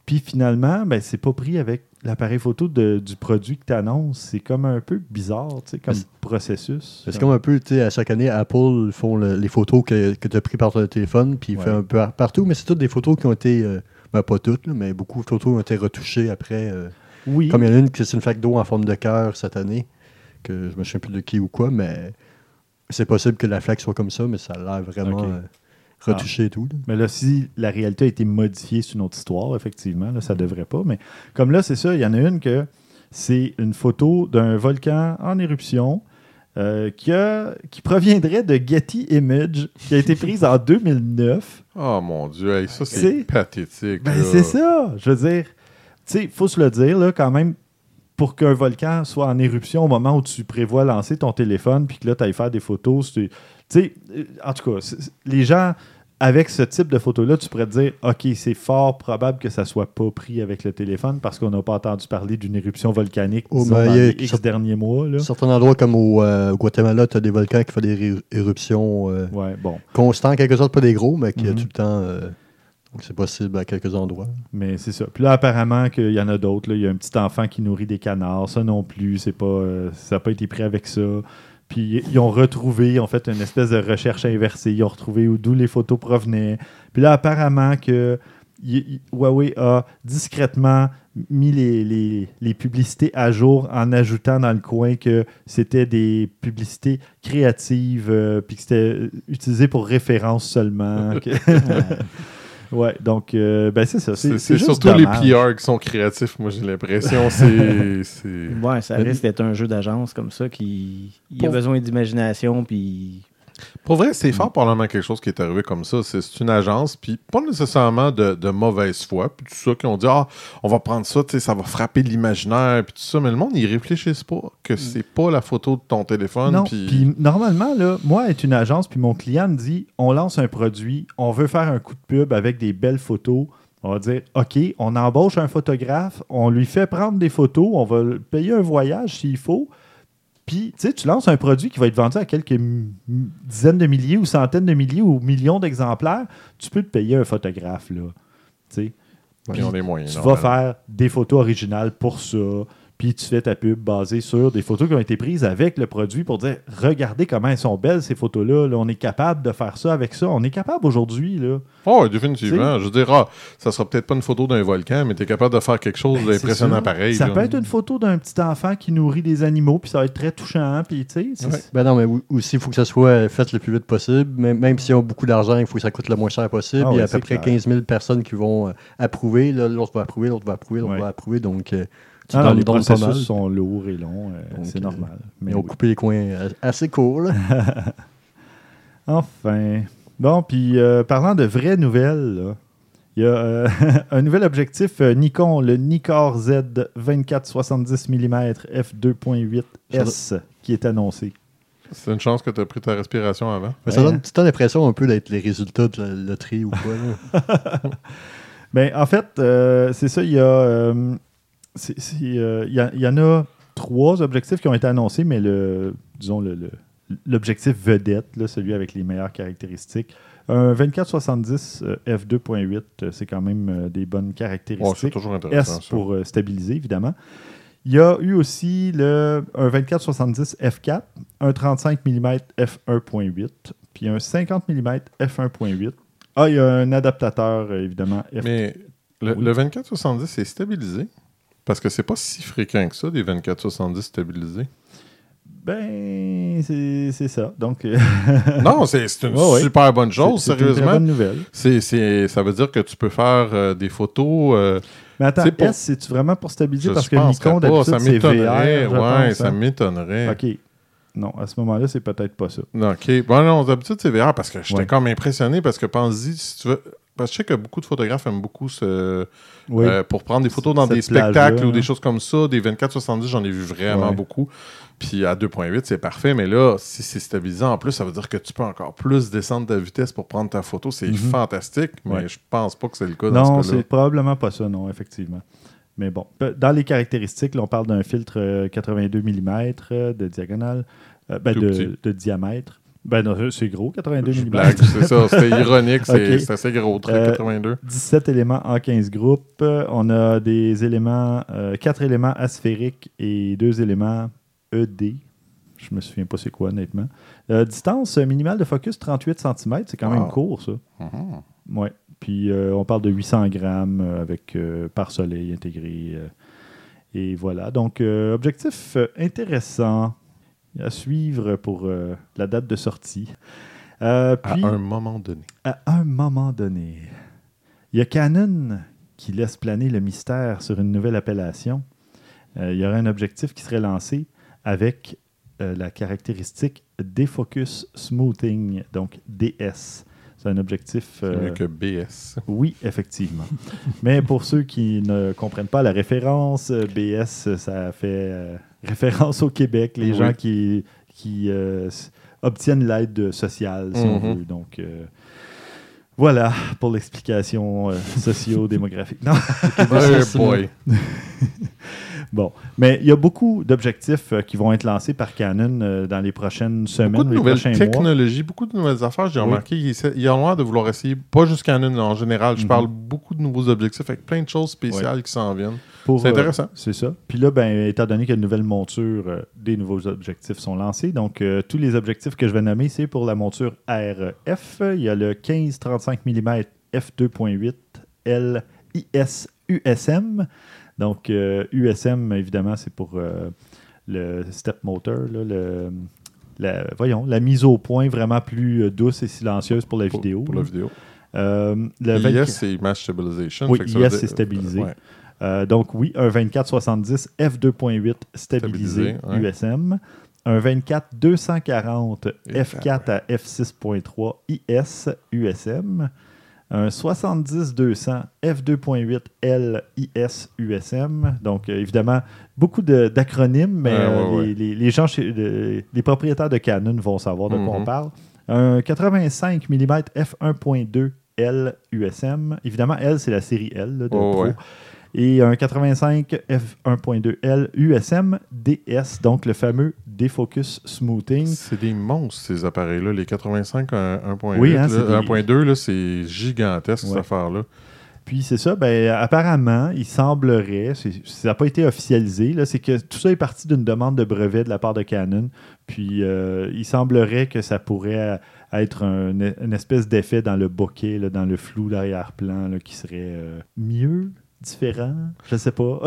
Puis finalement, ben, c'est pas pris avec l'appareil photo de, du produit que tu annonces. C'est comme un peu bizarre, tu sais, comme C'est- processus. C'est comme un peu, tu sais, à chaque année, Apple font le- les photos que, que tu as prises par ton téléphone, puis ils Ouais. font un peu par- partout, mais c'est toutes des photos qui ont été, euh, ben, pas toutes, là, mais beaucoup de photos ont été retouchées après. euh, Oui. Comme il y en a une qui c'est une flaque d'eau en forme de cœur cette année, que je me souviens plus de qui ou quoi, mais c'est possible que la flaque soit comme ça, mais ça a l'air vraiment Ok. euh, retouché et tout. là. Mais là, si la réalité a été modifiée, c'est une autre histoire, effectivement. Là, ça devrait pas. Mais comme là, c'est ça, il y en a une que c'est une photo d'un volcan en éruption euh, qui, a- qui proviendrait de Getty Image, qui a été prise en deux mille neuf. Oh mon Dieu, hey, ça c'est C'est- pathétique. Ben, là. c'est ça. Je veux dire, tu sais, il faut se le dire, là, quand même, pour qu'un volcan soit en éruption au moment où tu prévois lancer ton téléphone, puis que là, tu ailles faire des photos. c'est- Tu sais, euh, en tout cas, c'est- c'est- les gens, avec ce type de photos-là, tu pourrais te dire, OK, c'est fort probable que ça soit pas pris avec le téléphone parce qu'on n'a pas entendu parler d'une éruption volcanique Oh, disons, ben, dans il y a- les X ça- derniers mois. Là. Certains endroits comme au euh, Guatemala, tu as des volcans qui font des ré- éruptions euh, Ouais, bon. constantes, en quelque sorte, pas des gros, mais qui a Mhm. tout le temps. euh, donc c'est possible à quelques endroits. Mais c'est ça. Puis là, apparemment, qu'il y en a d'autres. là. Il y a un petit enfant qui nourrit des canards. Ça non plus, c'est pas, euh, ça n'a pas été pris avec ça. Puis ils ont retrouvé, ils ont fait une espèce de recherche inversée. Ils ont retrouvé où- d'où les photos provenaient. Puis là, apparemment que y- y- Huawei a discrètement mis les, les- les publicités à jour en ajoutant dans le coin que c'était des publicités créatives euh, puis que c'était euh, utilisé pour référence seulement. que- ouais, donc, euh, ben c'est ça. C'est C'est c'est juste surtout les dommage. P R qui sont créatifs, moi j'ai l'impression. C'est. c'est- Ouais, ça risque d'être un jeu d'agence comme ça qui il a Pour- besoin d'imagination puis Pour vrai, c'est fort probablement quelque chose qui est arrivé comme ça. C'est c'est une agence, puis pas nécessairement de, de mauvaise foi, puis tout ça, qui ont dit « Ah, on va prendre ça, tu sais, ça va frapper l'imaginaire, puis tout ça. » Mais le monde, ils réfléchissent pas que c'est pas la photo de ton téléphone, Non, puis... puis normalement, là, moi, être une agence, puis mon client me dit, on lance un produit, on veut faire un coup de pub avec des belles photos. On va dire, OK, on embauche un photographe, on lui fait prendre des photos, on va le payer un voyage s'il faut. Puis, tu sais, tu lances un produit qui va être vendu à quelques m- m- dizaines de milliers ou centaines de milliers ou millions d'exemplaires. Tu peux te payer un photographe, là. Tu sais. Ils ont les moyens. Tu vas normalement. faire des photos originales pour ça. Puis tu fais ta pub basée sur des photos qui ont été prises avec le produit pour dire regardez comment elles sont belles ces photos-là. Là, on est capable de faire ça avec ça. On est capable aujourd'hui. Là. Oh, ouais, définitivement. T'sais- Je veux dire, ah, ça sera peut-être pas une photo d'un volcan, mais tu es capable de faire quelque chose Ben, d'impressionnant c'est ça. pareil. Ça là. peut être une photo d'un petit enfant qui nourrit des animaux, puis ça va être très touchant. Puis tu sais, c'est- Ouais. Ben non, mais ou- aussi, il faut que ça soit fait le plus vite possible. Même, même s'ils ont beaucoup d'argent, il faut que ça coûte le moins cher possible. Ah il y a ouais, à peu c'est près clair. quinze mille personnes qui vont euh, approuver. Là, l'autre va approuver, l'autre va approuver, l'autre Ouais. va approuver. Donc, euh, tu Ah, donnes- les donnes pas mal. processus sont lourds et longs. euh, Donc, c'est euh, normal. Mais Ils ont oui. coupé les coins euh, assez courts. là. Enfin. Bon, puis euh, parlant de vraies nouvelles, là, il y a euh, un nouvel objectif euh, Nikon, le Nikkor Z vingt-quatre soixante-dix millimètres f deux point huit S qui est annoncé. C'est une chance que tu as pris ta respiration avant. Mais ça Ouais, donne hein. tout le temps l'impression un peu d'être les résultats de la loterie ou quoi. là. Ben, en fait, euh, c'est ça, il y a. euh, c'est- c'est, euh, Il y, a- il y en a trois objectifs qui ont été annoncés, mais le, disons, le, le- l'objectif vedette, là, celui avec les meilleures caractéristiques. Un vingt-quatre soixante-dix euh, f deux point huit, euh, c'est quand même euh, des bonnes Oh, c'est caractéristiques. toujours intéressant. S ça. pour euh, stabiliser, évidemment. Il y a eu aussi le, un vingt-quatre soixante-dix f quatre, un trente-cinq millimètres f un point huit, puis un cinquante millimètres f un point huit. Ah, il y a un adaptateur, euh, évidemment, F. Mais le, Oui. le vingt-quatre soixante-dix est stabilisé? Parce que c'est pas si fréquent que ça, des vingt-quatre soixante-dix stabilisés. Ben, c'est c'est ça. Donc, euh, Non, c'est c'est une Ouais, ouais. super bonne chose, c'est- c'est une très sérieusement. bonne nouvelle. C'est, c'est, ça veut dire que tu peux faire euh, des photos. euh, Mais attends, C'est pour- S, c'est-tu vraiment pour stabiliser? je Parce que penserais Nikon, pas, d'habitude, ça c'est V m'étonnerait. R, je ouais, pense, ça hein. m'étonnerait. OK. Non, à ce moment-là, c'est peut-être pas ça. OK. Bon, non, d'habitude, c'est V R parce que j'étais Ouais. comme impressionné parce que pense-y, si tu veux. Parce que je sais que beaucoup de photographes aiment beaucoup ce. Oui. euh, pour prendre des photos dans Cette des spectacles plage-là, ou des hein. choses comme ça. Des vingt-quatre soixante-dix, j'en ai vu vraiment Ouais. beaucoup. Puis à deux point huit, c'est parfait. Mais là, si c'est stabilisant, en plus, ça veut dire que tu peux encore plus descendre ta vitesse pour prendre ta photo. C'est Mhm. fantastique, mais Ouais. je pense pas que c'est le cas dans Non, ce cas-là. c'est probablement pas ça, non, effectivement. Mais bon, Pe- dans les caractéristiques, là, on parle d'un filtre euh, quatre-vingt-deux millimètres euh, de diagonale, euh, ben, Tout de, petit. de diamètre. Ben non, c'est gros, quatre-vingt-deux Je millimètres. blague, c'est ça. C'était ironique. C'est Ok. c'est assez gros, très Euh, quatre-vingt-deux. dix-sept éléments en quinze groupes. On a des éléments, euh, quatre éléments asphériques et deux éléments E D. Je me souviens pas c'est quoi, honnêtement. Euh, distance minimale de focus, trente-huit centimètres. C'est quand Wow. même court, ça. Mhm. Ouais. Puis euh, on parle de huit cents grammes euh, avec euh, par soleil intégré. euh, et voilà. Donc, euh, objectif euh, intéressant à suivre pour euh, la date de sortie. Euh, puis, À un moment donné. à un moment donné, il y a Canon qui laisse planer le mystère sur une nouvelle appellation. Euh, il y aurait un objectif qui serait lancé avec euh, la caractéristique Defocus Smoothing, donc D S. C'est un objectif... C'est euh, mieux que B S. Oui, effectivement. Mais pour ceux qui ne comprennent pas la référence, euh, B S, ça fait euh, référence au Québec, les Oui. gens qui, qui euh, s- obtiennent l'aide sociale, si on Mhm. veut. Donc, euh, voilà pour l'explication euh, socio-démographique. Non. Oh boy. Bon, mais il y a beaucoup d'objectifs euh, qui vont être lancés par Canon euh, dans les prochaines semaines, Beaucoup de les nouvelles prochains mois. technologies, beaucoup de nouvelles affaires. J'ai Oui. remarqué qu'il essa- il y a l'air de vouloir essayer, pas juste Canon en général, je Mhm. parle beaucoup de nouveaux objectifs avec plein de choses spéciales qui s'en viennent. Pour, C'est euh, intéressant. c'est ça. Puis là, ben, étant donné que de nouvelles montures, euh, des nouveaux objectifs sont lancés. Donc, euh, tous les objectifs que je vais nommer, c'est pour la monture R F. Il y a le quinze trente-cinq millimètres f deux point huit L I S U S M. Donc, euh, U S M, évidemment, c'est pour euh, le step motor, là, le, la, voyons, la mise au point vraiment plus euh, douce et silencieuse pour la Pour, vidéo. pour la vidéo. Euh, le I S, vingt-quatre c'est Image Stabilization. Oui, Fait que ça I S, veut c'est dire- stabilisé. ouais. Euh, donc oui, un vingt-quatre soixante-dix f deux point huit stabilisé, Stabilisé, ouais. U S M. Un vingt-quatre deux cent quarante Et f quatre à f six point trois I S U S M. Un soixante-dix deux cents f deux point huit L I S U S M. Donc euh, évidemment, beaucoup de- d'acronymes, mais Ouais, euh, ouais, ouais. les, les- les gens, chez, le- les propriétaires de Canon vont savoir de quoi Mhm. on parle. Un quatre-vingt-cinq millimètres f un point deux L U S M. Évidemment, L, c'est la série L là, de Oh, Pro. ouais. Et un quatre-vingt-cinq f un point deux L U S M D S, donc le fameux Defocus Smoothing. C'est des monstres, ces appareils-là. Les quatre-vingt-cinq un point huit, Oui, hein, là, c'est des- un point deux, là, c'est gigantesque, cette Ouais. affaire-là. Puis c'est ça, ben, apparemment, il semblerait, c'est- ça n'a pas été officialisé, là, c'est que tout ça est parti d'une demande de brevet de la part de Canon. Puis euh, il semblerait que ça pourrait être un- une espèce d'effet dans le bokeh, là, dans le flou d'arrière-plan, là, qui serait euh, mieux, différent, je sais pas.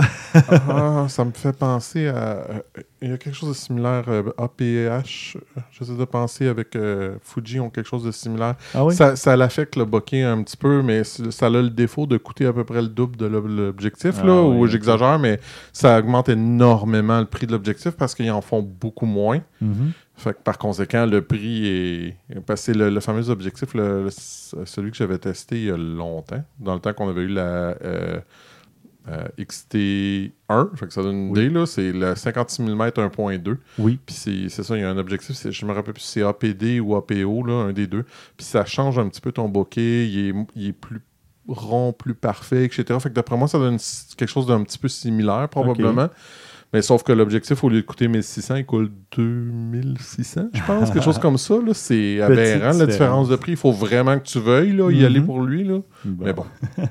Ah, ça me fait penser à... euh, Il y a quelque chose de similaire, euh, A P H, euh, j'essaie de penser avec euh, Fuji, ont quelque chose de similaire. Ah oui? Ça, ça l'affecte le bokeh un petit peu, mais c- ça a le défaut de coûter à peu près le double de l'ob- l'objectif, Ah là, oui, ou ok. j'exagère, mais ça augmente énormément le prix de l'objectif parce qu'ils en font beaucoup moins. Mhm. Fait que par conséquent, le prix est... Parce que c'est le, le fameux objectif, le- le- celui que j'avais testé il y a longtemps, dans le temps qu'on avait eu la euh, euh, X T un, fait que ça donne une Oui. idée, là, c'est le cinquante-six millimètres un point deux. Oui. Puis c'est c'est ça, il y a un objectif, c'est- je me rappelle plus si c'est A P D ou A P O, là, un des deux. Puis ça change un petit peu ton bokeh, il est, il est plus rond, plus parfait, et cetera. Fait que d'après moi, ça donne s- quelque chose d'un petit peu similaire, probablement. Mais sauf que l'objectif, au lieu de coûter mille six cents, il coûte deux mille six cents, je pense, quelque chose comme ça. là. C'est aberrant, la différence. différence de prix. Il faut vraiment que tu veuilles là, y Mhm. aller pour lui. Là. Bon. Mais bon.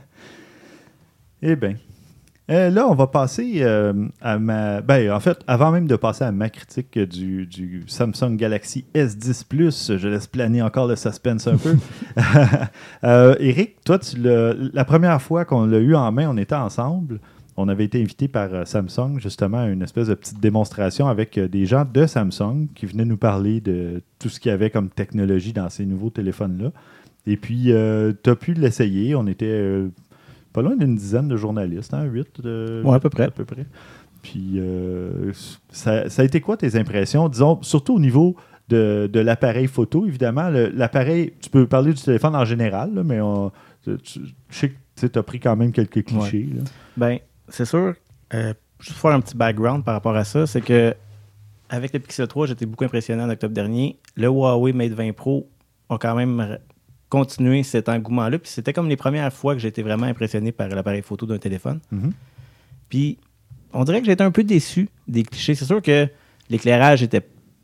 Eh bien. Euh, là, on va passer euh, à ma... Ben, en fait, avant même de passer à ma critique euh, du, du Samsung Galaxy S dix Plus, je laisse planer encore le suspense un peu. euh, Eric, toi, tu l'as- la première fois qu'on l'a eu en main, on était ensemble. On avait été invité par euh, Samsung, justement, à une espèce de petite démonstration avec euh, des gens de Samsung qui venaient nous parler de tout ce qu'il y avait comme technologie dans ces nouveaux téléphones-là. Et puis, tu as pu l'essayer. On était... euh, pas loin d'une dizaine de journalistes, hein, huit. Euh, Ouais, à peu près. À peu près. Puis, euh, ça, ça a été quoi tes impressions? Disons, surtout au niveau de, de l'appareil photo, évidemment. Le- L'appareil, tu peux parler du téléphone en général, là, mais on, tu- tu- je sais que tu as pris quand même quelques clichés. là. Ben, c'est sûr, euh, juste pour faire un petit background par rapport à ça, c'est que avec le Pixel trois, j'étais beaucoup impressionné en octobre dernier. Le Huawei Mate vingt Pro a quand même r- continué cet engouement-là. Puis c'était comme les premières fois que j'étais vraiment impressionné par l'appareil photo d'un téléphone. Mhm. Puis on dirait que j'étais un peu déçu des clichés. C'est sûr que l'éclairage était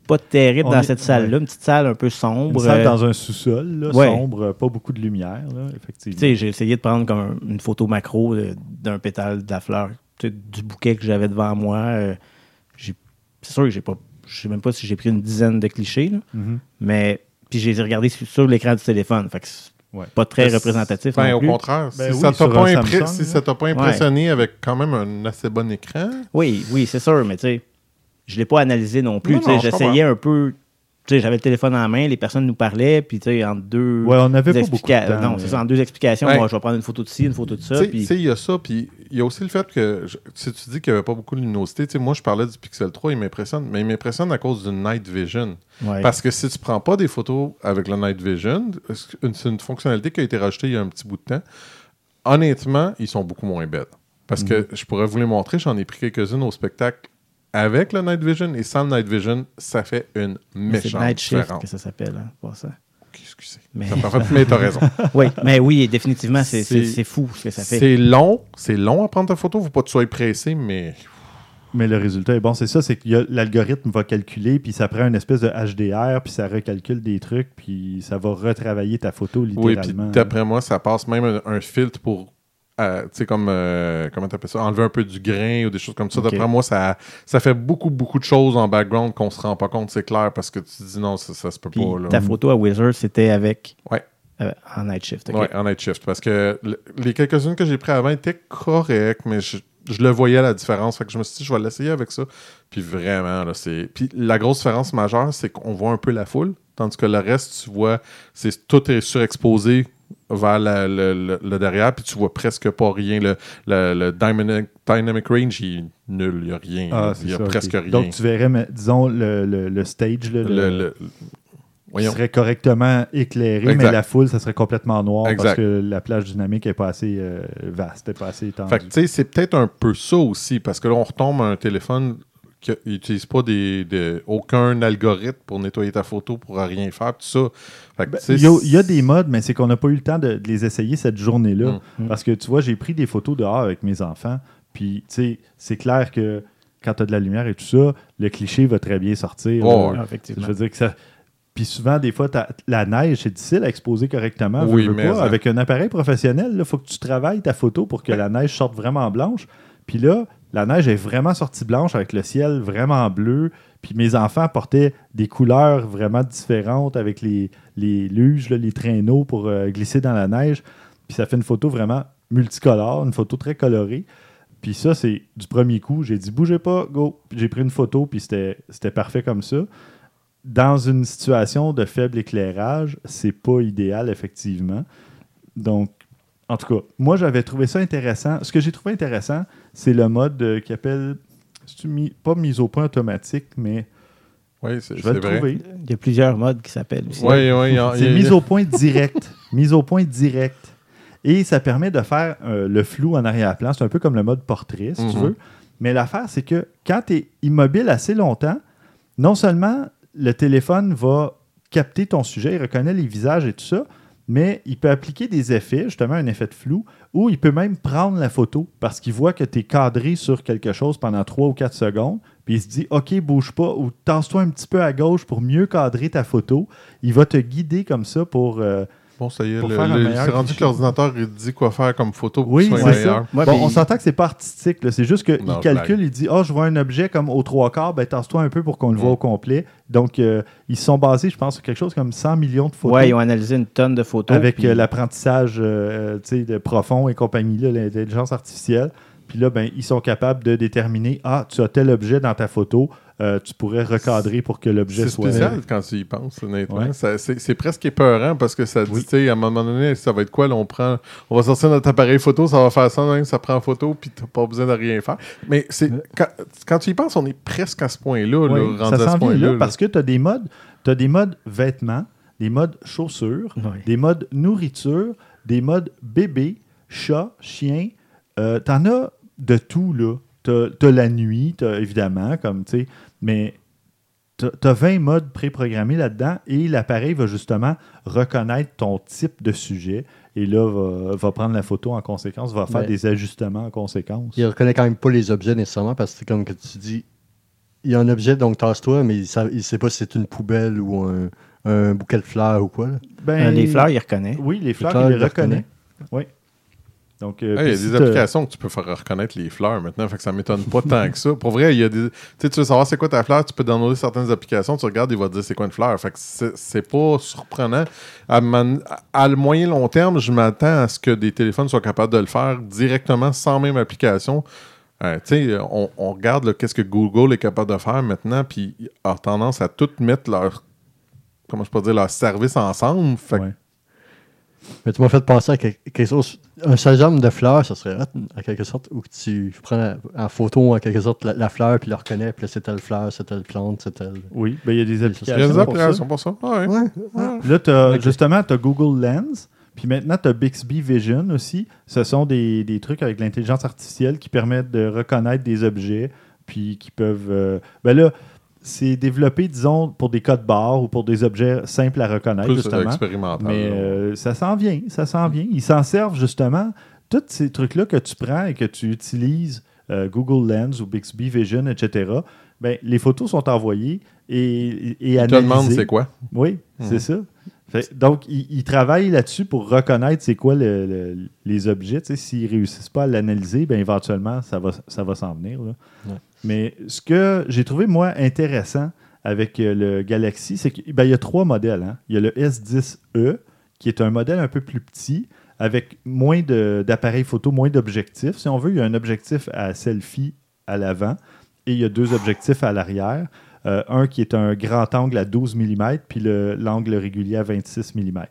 pas terrible On dans est- cette salle-là. ouais. Une petite salle un peu Une sombre. salle euh, dans un sous-sol, là, ouais. sombre, pas beaucoup de lumière, là, Tu effectivement. sais, j'ai essayé de prendre comme un- une photo macro de- d'un pétale de la fleur, tu sais, du bouquet que j'avais devant moi. euh, j'ai- c'est sûr que j'ai pas, je sais même pas si j'ai pris une dizaine de clichés, là, Mhm. mais puis j'ai regardé sur, sur l'écran du téléphone. Fait que c'est Ouais. pas très Mais représentatif Ben, non au plus. contraire, Ben si, oui, ça t'a sur pas un impré- Samsung, si là. ça t'a pas impressionné avec quand même un assez bon écran, Oui, oui, c'est sûr, mais tu sais, je l'ai pas analysé non plus. Non, Tu sais, non, je j'essayais un peu. Tu sais, j'avais le téléphone en main, les personnes nous parlaient, puis tu sais, en deux. Ouais, on n'avait pas explica- beaucoup de temps, Non, c'est mais- ça, en deux explications, Ouais. moi, je vais prendre une photo de ci, une photo de tu ça. sais, Puis... tu sais, il y a ça, puis il y a aussi le fait que, je- si tu dis qu'il n'y avait pas beaucoup de luminosité, tu sais, moi je parlais du Pixel trois, il m'impressionne, mais il m'impressionne à cause du Night Vision. Ouais. Parce que si tu prends pas des photos avec le Night Vision, c'est une fonctionnalité qui a été rajoutée il y a un petit bout de temps, honnêtement, ils sont beaucoup moins belles. Parce Mhm. que je pourrais vous les montrer, j'en ai pris quelques-unes au spectacle avec le Night Vision, et sans le Night Vision, ça fait une Mais c'est méchante Night Shift différence. que ça s'appelle, hein, pour ça. Ok, excusez. Mais- Ça m'a fait- mais t'as raison. Oui, mais oui, définitivement, c'est, c'est, C'est- c'est fou ce que ça fait. C'est long, c'est long à prendre ta photo, faut pas que tu sois pressé, mais Mais le résultat est bon. C'est ça, c'est que l'algorithme va calculer, puis ça prend une espèce de H D R, puis ça recalcule des trucs, puis ça va retravailler ta photo oui, puis littéralement. d'après moi, ça passe même un, un filtre pour, euh, tu sais, comme, euh, comment t'appelles ça, enlever un peu du grain ou des choses comme ça. Ok. D'après moi, ça, ça fait beaucoup, beaucoup de choses en background qu'on se rend pas compte, c'est clair, parce que tu te dis non, ça, ça se peut Puis pas. Là. ta photo à Wizard, c'était avec. Ouais. euh, en Night Shift. ok. Ouais, en night shift. Parce que le- les quelques-unes que j'ai prises avant étaient correctes, mais je, je le voyais la différence. Fait que je me suis dit, je vais l'essayer avec ça. Puis vraiment, là, c'est. Puis la grosse différence majeure, c'est qu'on voit un peu la foule, tandis que le reste, tu vois, c'est tout est surexposé vers la- le, le- le derrière, puis tu vois presque pas rien. Le, le, le dynamic, dynamic range, il est nul, il n'y a rien. Ah, là. c'est il y a ça, ok. presque rien. Donc, tu verrais, mais, disons, le, le, le stage, là, le, Le- le- qui voyons. serait correctement éclairé, Exact. mais la foule, ça serait complètement noir Exact. parce que la plage dynamique n'est pas assez euh, vaste, n'est pas assez étendue. Fait que, tu sais, c'est peut-être un peu ça aussi, parce que là, on retombe à un téléphone qui n'utilise pas des, des- aucun algorithme pour nettoyer ta photo, pour rien faire, tout ça. Fait que, Ben, tu sais, il, y a, il y a des modes, mais c'est qu'on n'a pas eu le temps de, de les essayer cette journée-là. Mm. Parce que tu vois, j'ai pris des photos dehors avec mes enfants. Puis, tu sais, c'est clair que quand tu as de la lumière et tout ça, le cliché va très bien sortir. Oh, là. Ah, effectivement. Je veux dire que ça. Puis souvent, des fois, t'as- la neige, c'est difficile à exposer correctement. Oui, veux, veux mais pas. ça- Avec un appareil professionnel, il faut que tu travailles ta photo pour que la neige sorte vraiment blanche. Puis là, la neige est vraiment sortie blanche avec le ciel vraiment bleu. Puis mes enfants portaient des couleurs vraiment différentes avec les, les luges, là, les traîneaux pour euh, glisser dans la neige. Puis ça fait une photo vraiment multicolore, une photo très colorée. Puis ça, c'est du premier coup. J'ai dit, bougez pas, go. Puis j'ai pris une photo, puis c'était c'était parfait comme ça. Dans une situation de faible éclairage, c'est pas idéal, effectivement. Donc, en tout cas, moi, j'avais trouvé ça intéressant. Ce que j'ai trouvé intéressant, c'est le mode euh, qui appelle, c'est-tu mis- pas mise au point automatique, mais Oui, c'est je c'est vais le vrai. trouver. Il y a plusieurs modes qui s'appellent aussi. Oui, oui. il y a- il y C'est a- mise au point direct. Mise au point direct. Et ça permet de faire euh, le flou en arrière-plan. C'est un peu comme le mode portrait, si tu Mhm. veux. Mais l'affaire, c'est que quand tu es immobile assez longtemps, non seulement le téléphone va capter ton sujet, il reconnaît les visages et tout ça, mais il peut appliquer des effets, justement un effet de flou, ou il peut même prendre la photo parce qu'il voit que tu es cadré sur quelque chose pendant trois ou quatre secondes, puis il se dit « OK, bouge pas » ou « tasse-toi un petit peu à gauche pour mieux cadrer ta photo ». Il va te guider comme ça pour... euh, Bon, ça y est, Pour le- faire un le- meilleur c'est rendu cliché. que l'ordinateur il dit quoi faire comme photo pour Oui, que ce soit c'est meilleur. ça. Ouais, bon, puis- on s'entend que c'est pas artistique, là. C'est juste qu'il Non, calcule, blague. il dit « Ah, je vois un objet comme aux trois quarts, ben tasse-toi un peu pour qu'on le voit Mm. au complet. » Donc, euh, ils se sont basés, je pense, sur quelque chose comme cent millions de photos. Ouais, ils ont analysé une tonne de photos. avec puis- euh, l'apprentissage euh, tu sais, de profond et compagnie, là, l'intelligence artificielle. Puis là, ben, ils sont capables de déterminer « Ah, tu as tel objet dans ta photo, euh, tu pourrais recadrer pour que l'objet C'est soit... » spécial quand tu y penses, honnêtement. Ouais. Ça- C'est c'est presque épeurant parce que ça dit, Oui. tu sais, à un moment donné, ça va être quoi? Là, on, prend, on va sortir notre appareil photo, ça va faire ça, même, ça prend photo, puis t'as pas besoin de rien faire. Mais c'est quand, quand tu y penses, on est presque à ce point-là, Oui, là, rendu ça à ce s'en vient point-là. là, là. parce que tu as des modes, t'as des modes vêtements, des modes chaussures, Ouais. des modes nourriture, des modes bébé, chat, chien. Euh, T'en as de tout, là. T'as t'as la nuit, t'as, évidemment, comme, tu sais, mais t'as t'as vingt modes préprogrammés là-dedans et l'appareil va justement reconnaître ton type de sujet et là, va, va prendre la photo en conséquence, va faire Ben, des ajustements en conséquence. Il reconnaît quand même pas les objets nécessairement parce que c'est comme que tu dis, il y a un objet, donc tasse-toi, mais il ne sait pas si c'est une poubelle ou un, un bouquet de fleurs ou quoi. Là. Ben, Euh, les fleurs, il reconnaît. Oui, les fleurs, Les fleurs, il les il les reconnaît. Oui. Donc, euh, Hey, il y a puis des si t'as- applications que tu peux faire reconnaître les fleurs maintenant, fait que ça m'étonne pas tant que ça. Pour vrai, il y a des. Tu sais, tu veux savoir c'est quoi ta fleur, tu peux downloader certaines applications, tu regardes, il va te dire c'est quoi une fleur. Fait que c'est, c'est pas surprenant. À, man- à le moyen long terme, je m'attends à ce que des téléphones soient capables de le faire directement sans même application. Euh, tu sais, on, on regarde là, qu'est-ce que Google est capable de faire maintenant, puis a tendance à tout mettre leur. Comment je peux dire, leur service ensemble. Fait que Ouais. Mais tu m'as fait penser à quelque quelque chose. Un sésame de fleurs, ça serait hot, en quelque sorte, où tu prends la- en photo, en quelque sorte, la, la fleur, puis le reconnais, puis là, c'est telle fleur, c'est telle plante, c'est telle. Oui, ben, il y a des Il y a il y a applications. des pour ça. applications pour ça. Ouais. Ouais. Là, t'as- Ok. justement, tu as Google Lens, puis maintenant, tu as Bixby Vision aussi. Ce sont des, des trucs avec l'intelligence artificielle qui permettent de reconnaître des objets, puis qui peuvent... euh, ben là, c'est développé, disons, pour des codes barres ou pour des objets simples à reconnaître, Plus justement. expérimental. Mais là. euh, ça s'en vient, ça s'en vient. Ils s'en servent, justement. Tous ces trucs-là que tu prends et que tu utilises, euh, Google Lens ou Bixby Vision, et cetera, ben, les photos sont envoyées et, et, et Ils te analysées. demandent c'est quoi. Oui, Mhm. c'est ça. Fait- donc, ils, ils travaillent là-dessus pour reconnaître c'est quoi le- le- les objets. Tu sais, s'ils ne réussissent pas à l'analyser, ben, éventuellement, ça va, ça va s'en venir. Là. Ouais. Mais ce que j'ai trouvé, moi, intéressant avec euh, le Galaxy, c'est qu'il ben, il y a trois modèles. Hein. Il y a le S dix E, qui est un modèle un peu plus petit, avec moins de- d'appareils photo, moins d'objectifs. Si on veut, il y a un objectif à selfie à l'avant et il y a deux objectifs à l'arrière. Euh, un qui est un grand angle à douze millimètres, puis le- l'angle régulier à vingt-six millimètres.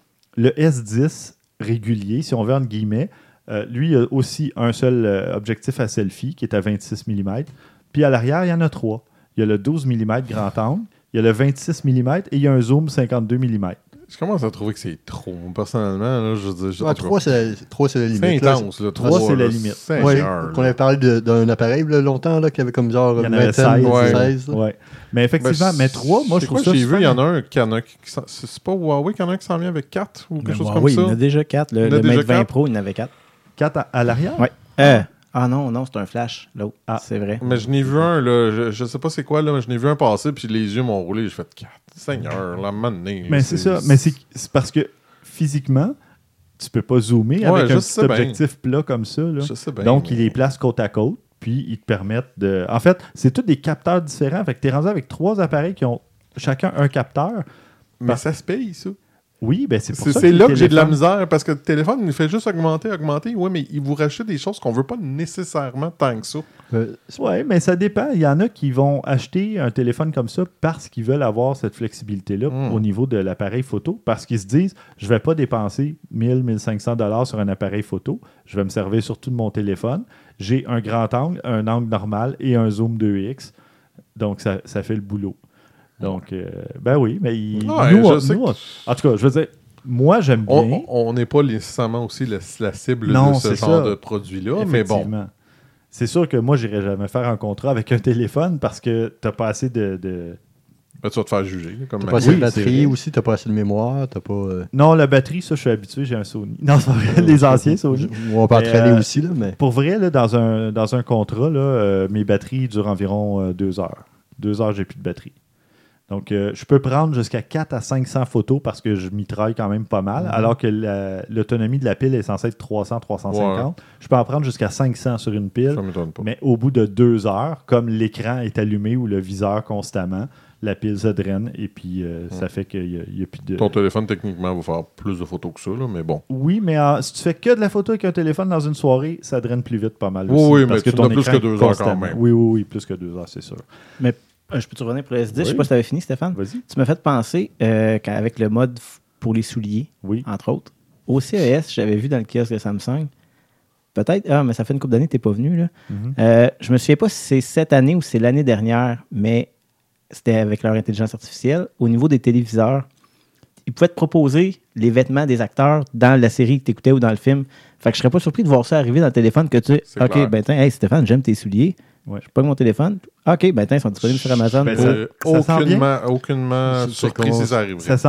Le S dix régulier, si on veut, entre guillemets, euh, lui, il a aussi un seul euh, objectif à selfie qui est à vingt-six millimètres. Puis à l'arrière, il y en a trois. Il y a le douze millimètres grand angle, il y a le vingt-six millimètres et il y a un zoom cinquante-deux millimètres. Je commence à trouver que c'est trop. Personnellement, là, je veux dire. je- Ah, trois, c'est trois, c'est la c'est limite. là. intense, là. Trois, Trois, c'est la là, limite. Seigneur, Ouais, là. qu'on avait parlé de- d'un appareil là, longtemps, là, qui avait comme genre Il y en avait vingtaine, seize. ouais. seize, là. Ouais. Mais effectivement, Ben, mais trois, moi, je c'est trouve quoi, ça j'ai vu, il y super. en a un qui en a. qui s'en- C'est c'est pas Huawei qui en a un qui s'en vient avec quatre ou quelque Mais chose bon, comme oui, ça. il y en a déjà quatre. Le, Il y en a le déjà Mate vingt quatre. Pro, il y en avait quatre. Quatre à, à l'arrière? Ouais. Euh, ah non, non, c'est un flash, l'autre. Ah. C'est vrai. Mais je n'ai vu un, là. Je, je sais pas c'est quoi, là, mais je n'ai vu un passer, puis les yeux m'ont roulé. J'ai fait quatre. Seigneur, la manée. Mais c'est ça. Mais c'est c'est parce que physiquement, tu peux pas zoomer Ouais, avec je un sais petit bien. objectif plat comme ça. Là. Je sais bien. Donc, mais- il les place côte à côte, puis ils te permettent de... En fait, c'est tous des capteurs différents. Fait que tu es rendu avec trois appareils qui ont chacun un capteur. Mais ça se paye, ça. Oui, ben c'est pour C'est ça c'est que là les que j'ai de la téléphones- misère, parce que le téléphone, il fait juste augmenter, augmenter. Oui, mais il vous rachète des choses qu'on veut pas nécessairement tant que ça. Euh, Oui, mais ça dépend. Il y en a qui vont acheter un téléphone comme ça parce qu'ils veulent avoir cette flexibilité-là Mm. au niveau de l'appareil photo, parce qu'ils se disent, je ne vais pas dépenser mille, mille cinq cents dollars sur un appareil photo, je vais me servir surtout de mon téléphone. J'ai un grand angle, un angle normal et un zoom deux x, donc ça, ça fait le boulot. Donc, euh, ben oui, mais il- Ouais, nous, je on- sais nous, que- on- en tout cas, je veux dire, moi, j'aime bien. On on n'est pas nécessairement aussi la, la cible Non, de ce c'est genre ça. de produit-là, mais bon. Effectivement. C'est sûr que moi, je n'irai jamais faire un contrat avec un téléphone parce que tu n'as pas assez de- de, Ben, tu vas te faire juger. là, Comme T'as ma- pas assez Oui, de c'est batterie vrai. aussi, t'as pas assez de mémoire, t'as pas. euh, Non, la batterie, ça, je suis habitué, j'ai un Sony. Non, c'est pas vrai, les anciens Sony. On peut Mais, entraîner euh, aussi, là, mais. Pour vrai, là, dans, un, dans un contrat, là, euh, mes batteries durent environ euh, deux heures. Deux heures, j'ai plus de batterie. Donc, euh, je peux prendre jusqu'à quatre à cinq cents photos parce que je mitraille quand même pas mal, Mhm. alors que la- l'autonomie de la pile est censée être trois cents à trois cent cinquante. Je peux en prendre jusqu'à cinq cents sur une pile, Ça m'étonne pas. mais au bout de deux heures, comme l'écran est allumé ou le viseur constamment, la pile se draine et puis euh, ça fait qu'il n'y a, a plus de... Ton téléphone, techniquement, va faire plus de photos que ça, là, mais bon. Oui, mais euh, si tu fais que de la photo avec un téléphone dans une soirée, ça draine plus vite pas mal Oui, aussi. oui, parce mais que tu ton l'as plus écran que est deux heures quand constamment- même. Oui, oui, oui, plus que deux heures, c'est sûr. Mais euh, je peux te revenir pour le S dix? Je sais Oui. pas si tu avais fini, Stéphane. Vas-y. Tu m'as fait penser, euh, quand- avec le mode f- pour les souliers, Oui. entre autres. Au C E S, j'avais vu dans le kiosque de Samsung. Peut-être, ah, mais ça fait une couple d'années que tu n'es pas venu. Là. Mhm. Euh, je me souviens pas si c'est cette année ou c'est l'année dernière, mais c'était avec leur intelligence artificielle. Au niveau des téléviseurs, ils pouvaient te proposer les vêtements des acteurs dans la série que tu écoutais ou dans le film. Fait que je serais pas surpris de voir ça arriver dans le téléphone que tu C'est OK, clair. ben tiens, hey Stéphane, j'aime tes souliers. Ouais. Je prends mon téléphone. OK, ben tiens, ils sont disponibles sur Amazon. Ben, pour- ça- Euh, ça sent aucunement, aucunement C'est- c'est surpris comment- si ça arriverait. Ça s'en vient.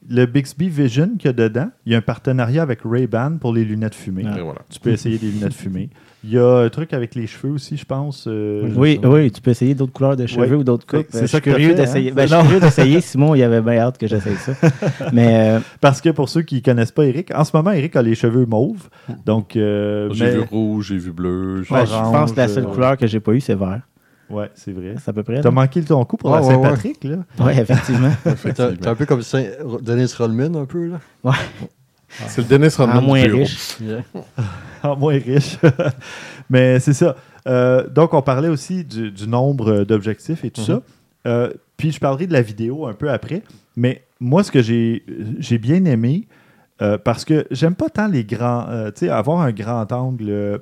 le Bixby Vision qu'il y a dedans, il y a un partenariat avec Ray-Ban pour les lunettes fumées. Et voilà. Tu peux essayer des lunettes fumées. Il y a un truc avec les cheveux aussi, je pense. euh, Oui, oui, tu peux essayer d'autres couleurs de cheveux Oui. ou d'autres coupes. C'est Euh, je ça suis que t'as curieux fait, d'essayer. hein? Ben, je Non. suis curieux d'essayer. Simon, il avait bien hâte que j'essaye ça. Mais euh, Parce que pour ceux qui ne connaissent pas Eric, en ce moment, Eric a les cheveux mauves. Donc, euh, J'ai mais- vu rouge, j'ai vu bleu. j'ai- ben, je Orange, pense que la seule euh, couleur que j'ai pas eue, c'est vert. Ouais, c'est vrai. C'est à peu près. T'as là. manqué ton coup pour Ah, la ouais, Saint-Patrick, là? Oui, effectivement. T'es t'es un peu comme Saint- Dennis Rodman, un peu, là. C'est le Dennis Rodman En moins du bureau. riche. Yeah. En moins riche. Mais c'est ça. Euh, donc, on parlait aussi du, du nombre d'objectifs et tout Mhm. ça. Euh, puis, je parlerai de la vidéo un peu après. Mais moi, ce que j'ai j'ai bien aimé, euh, parce que j'aime pas tant les grands... euh, tu sais, avoir un grand angle... euh,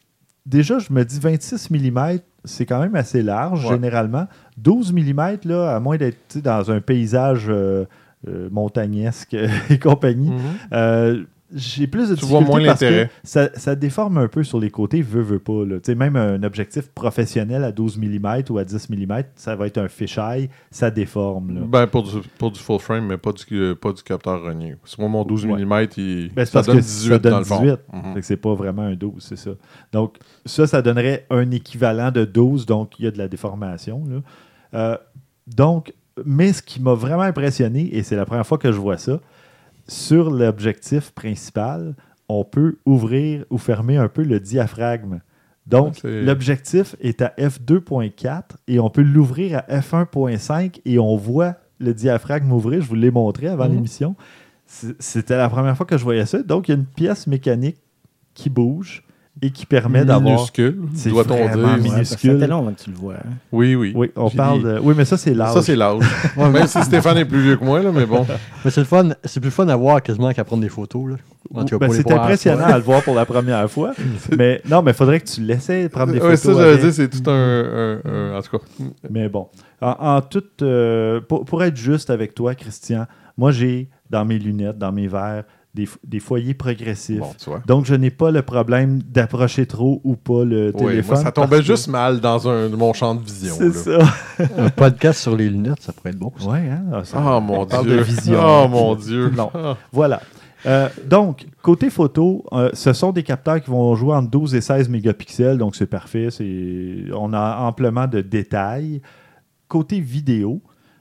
déjà, je me dis vingt-six millimètres, c'est quand même assez large, Ouais. généralement. douze millimètres, là, à moins d'être tu sais, dans un paysage euh, euh, montagnesque et compagnie, Mhm. euh, j'ai plus de Tu vois difficultés moins parce que l'intérêt. ça, ça déforme un peu sur les côtés, veut, veut pas. Là. Tu sais, même un objectif professionnel à douze millimètres ou à dix millimètres, ça va être un fisheye, ça déforme. Là. Ben, pour du, pour du full frame, mais pas du, euh, pas du capteur rogné. C'est moi, mon douze Ouais. millimètres, il, Ben, c'est ça parce donne que dix-huit ça donne dans le fond. dix-huit. Mhm. Fait que c'est pas vraiment un douze, c'est ça. Donc, ça, ça donnerait un équivalent de douze, donc il y a de la déformation. Là. Euh, donc, mais ce qui m'a vraiment impressionné, et c'est la première fois que je vois ça, sur l'objectif principal, on peut ouvrir ou fermer un peu le diaphragme. Donc, Ah, c'est- l'objectif est à f deux point quatre et on peut l'ouvrir à f un point cinq et on voit le diaphragme ouvrir. Je vous l'ai montré avant Mhm. l'émission. C'est- C'était la première fois que je voyais ça. Donc, il y a une pièce mécanique qui bouge et qui permet d'avoir... Minuscule, C'est doit-on vraiment dire. Ouais, parce que minuscule. ça fait long avant que tu le vois. hein. Oui, oui. Oui, on Puis- parle de... Oui, mais ça, c'est l'âge. Ça, c'est l'âge. Même si Stéphane est plus vieux que moi, là, mais bon. Mais c'est le fun, c'est plus fun à voir quasiment qu'à prendre des photos, là. En tout cas, Ben, pour les c'est voir à la impressionnant fois. à le voir pour la première fois. mais non, mais il faudrait que tu l'essaies prendre des Ouais, photos. ça, j'allais avec. dire, c'est tout un, un- un- En tout cas. Mais bon, en, en toute, euh, pour, pour être juste avec toi, Christian, moi, j'ai dans mes lunettes, dans mes verres, des, f- des foyers progressifs. Bon, tu vois. Donc, je n'ai pas le problème d'approcher trop ou pas le Oui, téléphone. moi, ça tombait parce que- juste mal dans un, mon champ de vision. C'est là. ça. Un podcast sur les lunettes, ça pourrait être bon. ça. Ouais, hein? Ah, ça- Ah, mon on parle Dieu. de vision. Oh, mon Dieu. Non. Ah. Voilà. Euh, donc, côté photo, euh, ce sont des capteurs qui vont jouer entre douze et seize mégapixels, donc c'est parfait. C'est... On a amplement de détails. Côté vidéo,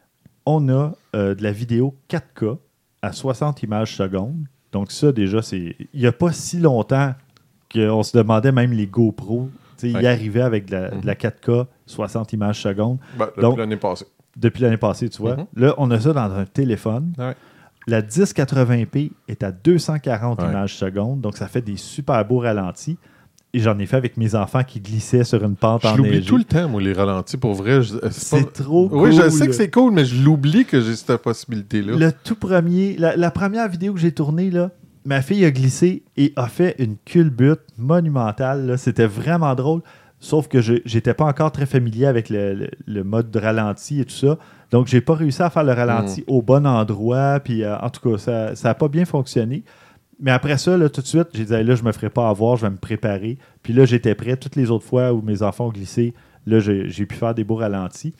on a euh, de la vidéo quatre K à soixante images secondes. Donc ça, déjà, c'est... il n'y a pas si longtemps qu'on se demandait même les GoPro, tu sais, y Ouais. arrivaient avec de la, de la quatre K, soixante images secondes. Ben, depuis Donc- l'année passée. Depuis l'année passée, tu vois. Mhm. Là, on a ça dans un téléphone. Ouais. La dix quatre-vingts p est à deux cent quarante Ouais. images secondes, donc ça fait des super beaux ralentis. Et j'en ai fait avec mes enfants qui glissaient sur une pente Je l'oublie enneigée. tout le temps, moi, les ralentis. Pour vrai, je- c'est C'est pas- trop Oui, cool. je sais que c'est cool, mais je l'oublie que j'ai cette possibilité-là. Le tout premier, la, la première vidéo que j'ai tournée, là, ma fille a glissé et a fait une culbute monumentale. là. C'était vraiment drôle. Sauf que je j'étais pas encore très familier avec le, le- le mode de ralenti et tout ça. Donc, j'ai pas réussi à faire le ralenti au bon endroit. Puis, euh, en tout cas, ça n'a pas bien fonctionné. Mais après ça, là, tout de suite, j'ai dit, Hey, là, je me ferai pas avoir, je vais me préparer. Puis là, j'étais prêt. Toutes les autres fois où mes enfants ont glissé, là, j'ai j'ai pu faire des beaux ralentis.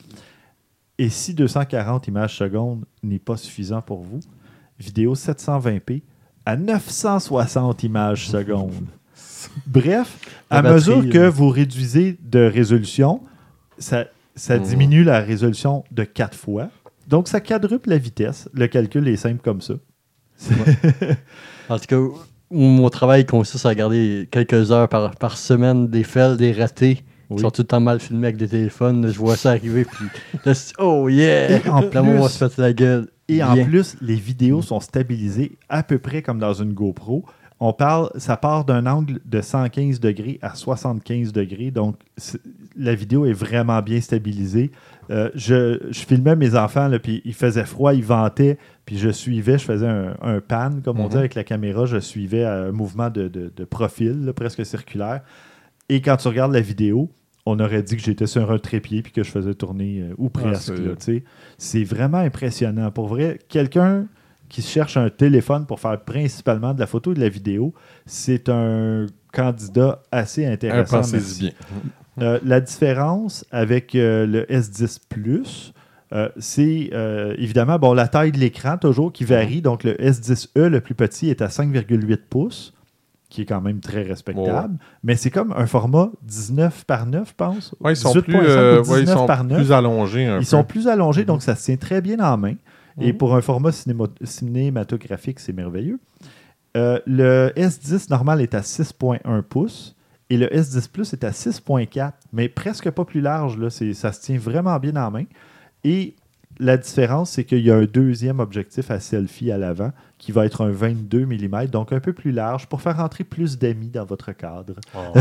Et si deux cent quarante images secondes n'est pas suffisant pour vous, vidéo sept cent vingt p à neuf cent soixante images secondes. Bref, La à batterie, mesure que là. vous réduisez de résolution, ça, ça Mhm. diminue la résolution de quatre fois. Donc, ça quadruple la vitesse. Le calcul est simple comme ça. En tout cas, mon travail consiste à regarder quelques heures par, par semaine des fails, des ratés. Oui. Qui sont tout le temps mal filmés avec des téléphones. Là, je vois ça arriver, puis là, c'est- oh yeah! Et en Là, moi, on va plus- se péter la gueule. Et en Bien. plus, les vidéos sont stabilisées à peu près comme dans une GoPro. On parle, ça part d'un angle de cent quinze degrés à soixante-quinze degrés. Donc, c'est- la vidéo est vraiment bien stabilisée. Euh, je, je filmais mes enfants, là, puis il faisait froid, il ventait, puis je suivais, je faisais un, un pan, comme on Mhm. dit avec la caméra. Je suivais un mouvement de, de- de profil, là, presque circulaire. Et quand tu regardes la vidéo, on aurait dit que j'étais sur un trépied puis que je faisais tourner, euh, ou presque. c'est- là, tu sais. C'est vraiment impressionnant. Pour vrai, quelqu'un qui cherche un téléphone pour faire principalement de la photo et de la vidéo, c'est un candidat assez intéressant. Pensez-y merci. bien. Euh, la différence avec euh, le S dix Plus, Euh, c'est euh, évidemment bon, la taille de l'écran toujours qui varie. Donc, le S dix E, le plus petit, est à cinq virgule huit pouces, qui est quand même très respectable. Ouais. Mais c'est comme un format dix-neuf par neuf, je pense. Ouais, ils sont, dix-huit plus, point cinq euh, ou ouais, ils dix-neuf sont par neuf. plus allongés. Un Ils peu. sont plus allongés, donc ça se tient très bien en main. Et Mhm. pour un format cinéma- cinématographique, c'est merveilleux. Euh, le S dix normal est à six virgule un pouces et le S dix Plus est à six virgule quatre, mais presque pas plus large. Là. C'est, ça se tient vraiment bien en main. Et la différence, c'est qu'il y a un deuxième objectif à selfie à l'avant qui va être un vingt-deux millimètres, donc un peu plus large pour faire entrer plus d'amis dans votre cadre, Oh.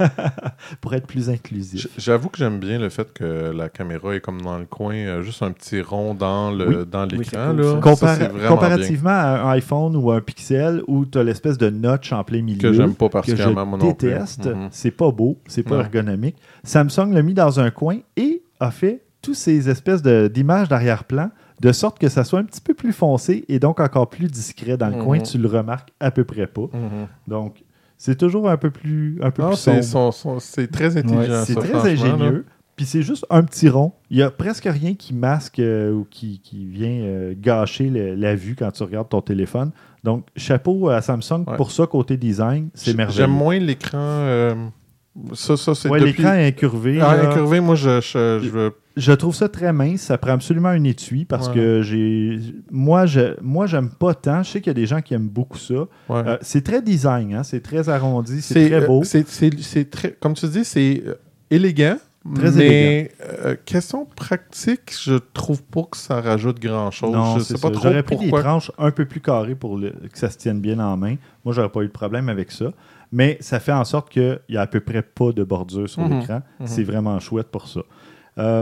pour être plus inclusif. J- J'avoue que j'aime bien le fait que la caméra est comme dans le coin, euh, juste un petit rond dans, le, Oui. dans Oui, l'écran. c'est cool, là. ça. Ça, Compara- c'est vraiment comparativement à un iPhone ou un Pixel où tu as l'espèce de notch en plein bien. milieu Que j'aime pas que particulièrement, moi je non plus. déteste. Mhm. C'est pas beau, c'est pas Non. ergonomique. Samsung l'a mis dans un coin et a fait tous ces espèces de- d'images d'arrière-plan de sorte que ça soit un petit peu plus foncé et donc encore plus discret dans le Mhm. coin. Tu le remarques à peu près pas. Mhm. Donc, c'est toujours un peu plus, un peu Non, plus c'est, sombre. son- son- c'est très intelligent. C'est ça, très franchement, là. ingénieux. Puis c'est juste un petit rond. Il n'y a presque rien qui masque euh, ou qui, qui vient euh, gâcher le- la vue quand tu regardes ton téléphone. Donc, chapeau à Samsung Ouais. pour ça, côté design. C'est J- merveilleux. J'aime moins l'écran. euh, ça, ça, c'est Ouais, depuis... l'écran est incurvé. Ah, là. incurvé, moi, je, je, je veux... Je trouve ça très mince. Ça prend absolument un étui parce Ouais. que j'ai. Moi, je... Moi, j'aime pas tant. Je sais qu'il y a des gens qui aiment beaucoup ça. Ouais. Euh, c'est très design, hein? C'est très arrondi, c'est, C'est très beau. euh, c'est- c'est- c'est très, comme tu dis, c'est euh, élégant. Très mais euh, question pratique, je trouve pas que ça rajoute grand-chose. Non, je c'est sais pas ça. trop J'aurais pris pourquoi. des tranches un peu plus carrées pour le- que ça se tienne bien en main. Moi, j'aurais pas eu de problème avec ça. Mais ça fait en sorte qu'il n'y a à peu près pas de bordure sur Mhm. l'écran. Mhm. C'est vraiment chouette pour ça. Euh,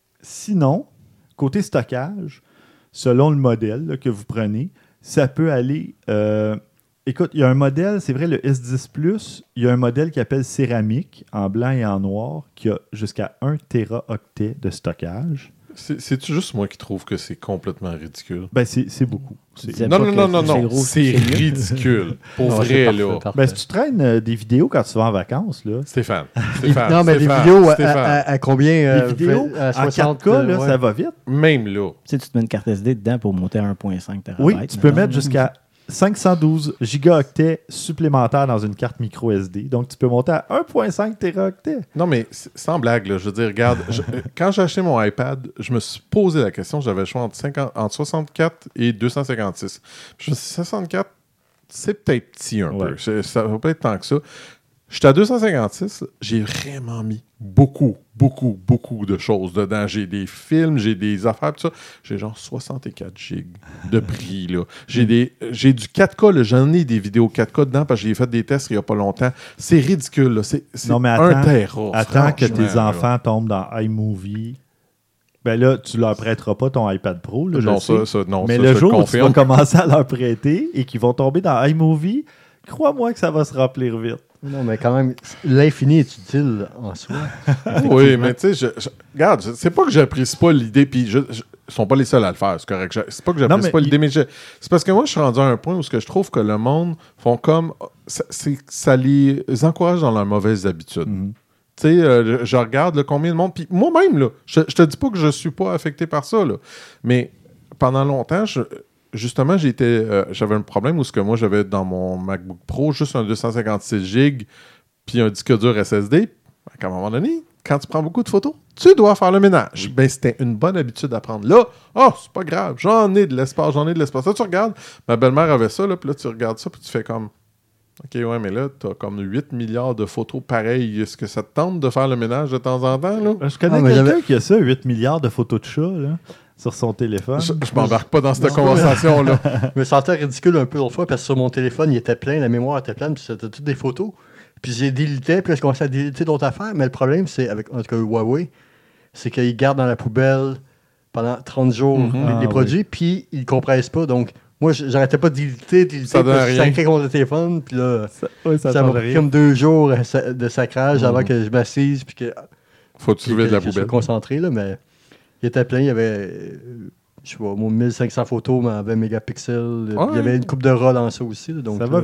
sinon, côté stockage, selon le modèle là, que vous prenez, ça peut aller... euh, écoute, il y a un modèle, c'est vrai, le S dix Plus, il y a un modèle qui appelle céramique, en blanc et en noir, qui a jusqu'à un téraoctet de stockage. C'est- C'est-tu juste moi qui trouve que c'est complètement ridicule? Ben, c'est, c'est beaucoup. C'est- disais Non, pas non, que non, non, c'est non. gros, C'est c'est mieux. ridicule. Pour Non, c'est vrai, parfait, là. parfait. Ben, si tu traînes euh, des vidéos quand tu vas en vacances, là, Stéphane. Les- Stéphane. non, mais les Stéphane, vidéos à, Stéphane. à- à combien les euh, vidéos fait- à en soixante, quatre K, euh, là, ouais. ça va vite. Même là. Tu sais, tu te mets une carte S D dedans pour monter à un virgule cinq térabytes. Oui, tu peux mettons, mettre là. jusqu'à cinq cent douze gigaoctets supplémentaires dans une carte micro S D. Donc, tu peux monter à un virgule cinq téraoctets. Non, mais c- sans blague, là, je veux dire, regarde, je- euh, quand j'ai acheté mon iPad, je me suis posé la question, j'avais le choix entre, cinquante entre soixante-quatre et deux cent cinquante-six. Je me suis dit, soixante-quatre, c'est peut-être petit un Ouais. peu. C'est- Ça va pas être tant que ça. J'étais à deux cent cinquante-six, j'ai vraiment mis beaucoup, beaucoup, beaucoup de choses dedans. J'ai des films, j'ai des affaires, tout ça. J'ai genre soixante-quatre gigs de prix, là. J'ai des, j'ai du quatre K, là. J'en ai des vidéos quatre K dedans parce que j'ai fait des tests il y a pas longtemps. C'est ridicule, là. C'est, c'est Non, mais un attends, téra. Attends que franchement, tes là. enfants tombent dans iMovie. Ben là, tu leur prêteras pas ton iPad Pro. Là, je Non, le sais. ça, ça, non, Mais ça, le je jour où tu vas confirme. commencer à leur prêter et qu'ils vont tomber dans iMovie, crois-moi que ça va se remplir vite. Non, mais quand même, l'infini est utile en soi. Oui, mais tu sais, je, je- regarde, je- c'est pas que j'apprécie pas l'idée, puis je, je- ils sont pas les seuls à le faire, c'est correct. Je- C'est pas que j'apprécie Non, mais pas il- l'idée, mais je- c'est parce que moi, je suis rendu à un point où ce que je trouve que le monde font comme. Ça, c'est- ça les encourage dans leurs mauvaises habitudes. Mhm. Tu sais, euh, je, je regarde là, combien de monde. Puis moi-même, là, je, je te dis pas que je suis pas affecté par ça, là, mais pendant longtemps, je- justement, j'étais, euh, j'avais un problème où ce que moi, j'avais dans mon MacBook Pro juste un deux cent cinquante-six gigs puis un disque dur S S D. À un moment donné, quand tu prends beaucoup de photos, tu dois faire le ménage. Ben, c'était une bonne habitude à prendre. Là, oh, c'est pas grave, j'en ai de l'espace, j'en ai de l'espace. Là, tu regardes, ma belle-mère avait ça, là, puis là, tu regardes ça, puis tu fais comme. OK, ouais, mais là, t'as comme huit milliards de photos pareilles. Est-ce que ça te tente de faire le ménage de temps en temps, là? Je connais Ah, mais quelqu'un j'avais- qui a ça, huit milliards de photos de chat là, sur son téléphone. Je, je m'embarque pas dans cette Non, conversation-là. Je me sentais ridicule un peu l'autre fois parce que sur mon téléphone, il était plein, la mémoire était pleine, puis c'était toutes des photos. Puis j'ai délité, puis là, je commençais à déliter d'autres affaires. Mais le problème, c'est, avec en tout cas Huawei, c'est qu'ils gardent dans la poubelle pendant trente jours Mhm. les, les Ah, produits, puis ils ne compressent pas. Donc, moi, j- j'arrêtais pas de déliter, déliter, Ça donne puis je rien. sacrais contre le téléphone, puis là, Ça, ouais, ça ça m'a change pris rien. comme deux jours euh, sa- de sacrage Mhm. avant que je m'assise, puis que, Faut que tu soulever de la que je sois poubelle. concentré, là, mais il était plein, il y avait, euh, je sais pas, mon mille cinq cents photos, mais en vingt mégapixels, Ouais. il y avait une coupe de rats dans ça aussi, là, donc Ça va là, vite.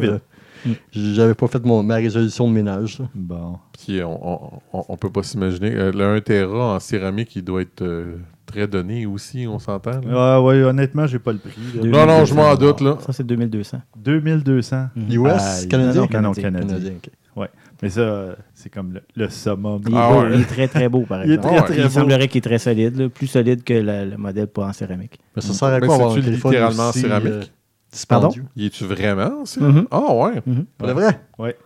Mm. J'avais pas fait mon, ma résolution de ménage. Là. Bon. Puis on, on, on peut pas s'imaginer. Euh, le un téra en céramique, il doit être euh, très donné aussi, on s'entend. là. Ah, ouais, honnêtement, j'ai pas le prix. là. Deux Non, non, je m'en mille deux cents. doute, là. Ça, c'est deux mille deux cents. deux mille deux cents. Mhm. U S, Ah, canadien? Non, non, Canadien. canadien. ok. Mais ça, euh, c'est comme le, le summum. Il est, Ah beau, ouais. il est très, très beau, par Il est exemple. très, Ouais. très Il beau. semblerait qu'il est très solide, là, plus solide que le, le modèle pas en céramique. Mais ça sert à Mais quoi avoir un c'est-tu téléphone littéralement aussi, céramique? euh, dispendieux? Il est-tu vraiment, ça? Mhm. Ah, ouais. Mhm. Pour le vrai?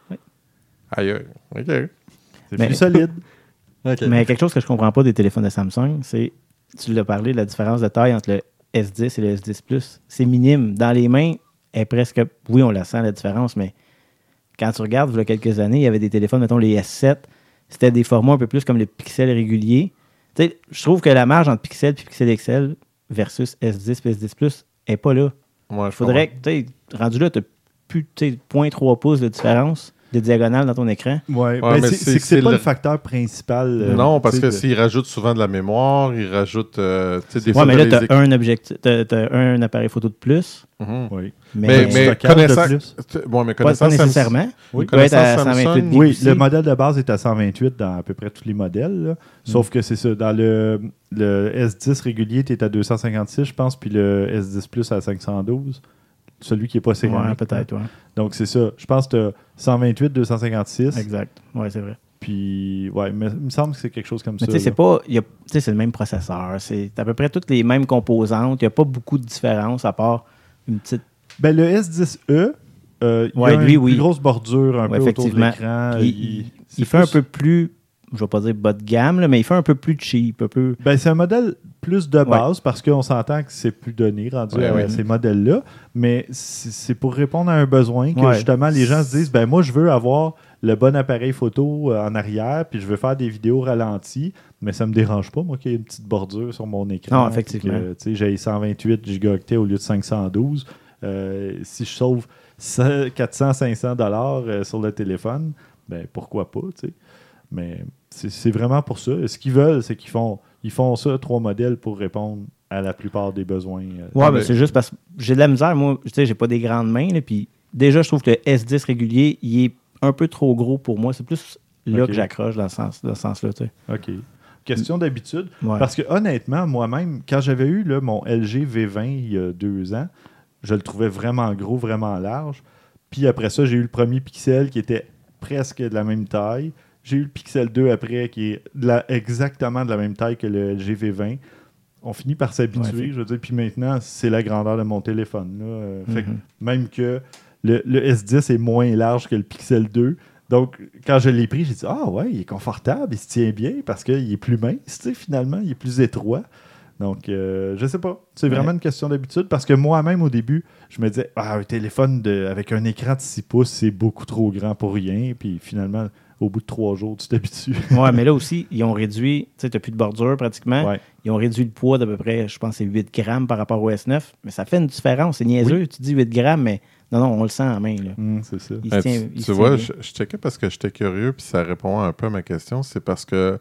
Aïe, aïe. OK. C'est Mais- plus solide. Ok. Mais quelque chose que je comprends pas des téléphones de Samsung, c'est, tu l'as parlé, la différence de taille entre le S dix et le S dix Plus. C'est minime. Dans les mains, elle est presque. Oui, on la sent, la différence, mais quand tu regardes, il y a quelques années, il y avait des téléphones, mettons les S sept, c'était des formats un peu plus comme les Pixel réguliers. Tu sais, je trouve que la marge entre Pixel et Pixel X L versus S dix et S dix Plus n'est pas là. Ouais, Il faudrait que, tu sais, rendu là, tu n'as plus, tu sais, zéro virgule trois pouces de différence de diagonale dans ton écran. Ouais, Ouais, ben, mais c'est c'est- c'est que c'est c'est pas le- le facteur principal. euh, Non, parce tu que sais, de- s'ils rajoutent souvent de la mémoire, ils rajoutent. euh, tu sais, des Ouais, fois, mais t'as là, les tu as un objectif, t'as, t'as un appareil photo de plus. éc- Mhm. Oui. Mais, Mais, du mais stockage de connaissant. plus. tu- Bon, mais pas, connaissant pas Samsung- nécessairement. Oui. Il peut être à Connaissant cent vingt-huit Samsung, gigs Oui, aussi. le modèle de base est à cent vingt-huit dans à peu près tous les modèles. là. Sauf que c'est ça. Dans le, le S dix régulier, tu es à deux cent cinquante-six, je pense, puis le S dix Plus à cinq cent douze. Celui qui n'est pas céramique. Ouais, peut-être, ouais. Donc, c'est ça. Je pense que tu as cent vingt-huit, deux cent cinquante-six. Exact. Ouais, c'est vrai. Puis, ouais, mais il me semble que c'est quelque chose comme Mais ça. tu sais, c'est là. pas. il y a- tu sais, c'est le même processeur. C'est à peu près toutes les mêmes composantes. Il n'y a pas beaucoup de différence à part une petite. Ben, le S dix E, euh, il Ouais, y a lui, une oui. plus grosse bordure un Ouais, peu autour de effectivement. l'écran. Il, Il- il- c'est il fait un plus- peu plus. Je vais pas dire bas de gamme, là, mais il fait un peu plus cheap. Un peu. Ben, c'est un modèle plus de base parce qu'on s'entend que c'est plus donné rendu Ouais, à ouais. ces modèles-là. Mais c'est c'est pour répondre à un besoin que Ouais. justement les gens se disent ben moi je veux avoir le bon appareil photo euh, en arrière puis je veux faire des vidéos ralenties, mais ça me dérange pas moi qu'il y ait une petite bordure sur mon écran. Non, effectivement. puis que, tu sais, j'ai cent vingt-huit gigaoctets au lieu de cinq cent douze. Euh, si je sauve quatre cents à cinq cents dollars euh, sur le téléphone, ben pourquoi pas, tu sais. Mais c'est c'est vraiment pour ça. Ce qu'ils veulent, c'est qu'ils font, ils font ça, trois modèles pour répondre à la plupart des besoins. euh. Ouais, Ah, mais mais- c'est juste parce que j'ai de la misère. Moi, tu sais, j'ai pas des grandes mains. Là, puis déjà, je trouve que le S dix régulier, il est un peu trop gros pour moi. C'est plus là Ok. que j'accroche dans ce sens, dans ce sens-là. Tu sais. OK. Question d'habitude. Ouais. Parce que honnêtement, moi-même, quand j'avais eu là, mon L G V vingt il y a deux ans, je le trouvais vraiment gros, vraiment large. Puis après ça, j'ai eu le premier Pixel qui était presque de la même taille. J'ai eu le Pixel deux après qui est de la- exactement de la même taille que le L G V vingt. On finit par s'habituer, Ouais, je veux dire. Puis maintenant, c'est la grandeur de mon téléphone. Là. Euh, fait que Mhm. même que le, le S dix est moins large que le Pixel deux. Donc, quand je l'ai pris, j'ai dit « Ah ouais, il est confortable, il se tient bien parce qu'il est plus mince, tu sais, finalement, il est plus étroit. » Donc, euh, je sais pas. C'est vraiment Ouais. une question d'habitude parce que moi-même, au début, je me disais « Ah, un téléphone de, avec un écran de six pouces, c'est beaucoup trop grand pour rien. » Puis finalement, au bout de trois jours, tu t'habitues. Ouais, mais là aussi, ils ont réduit, tu sais, tu n'as plus de bordure pratiquement. Ouais. Ils ont réduit le poids d'à peu près, je pense, c'est huit grammes par rapport au S neuf. Mais ça fait une différence. C'est niaiseux. Tu dis huit grammes, mais non, non, on le sent en main. Là. Hum, c'est ça. Il se Euh, tient, tu il se tu tient vois, bien. je, je checkais parce que j'étais curieux, puis ça répond un peu à ma question. C'est parce que.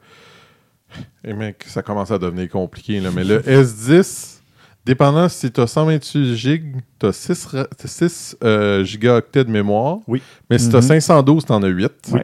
Et mec, ça commence à devenir compliqué, là. Mais le S dix, dépendant si tu as cent vingt-huit gigs, tu as six euh, gigaoctets de mémoire. Oui. Mais si tu as Mhm. cinq cent douze, tu en as huit. Ouais.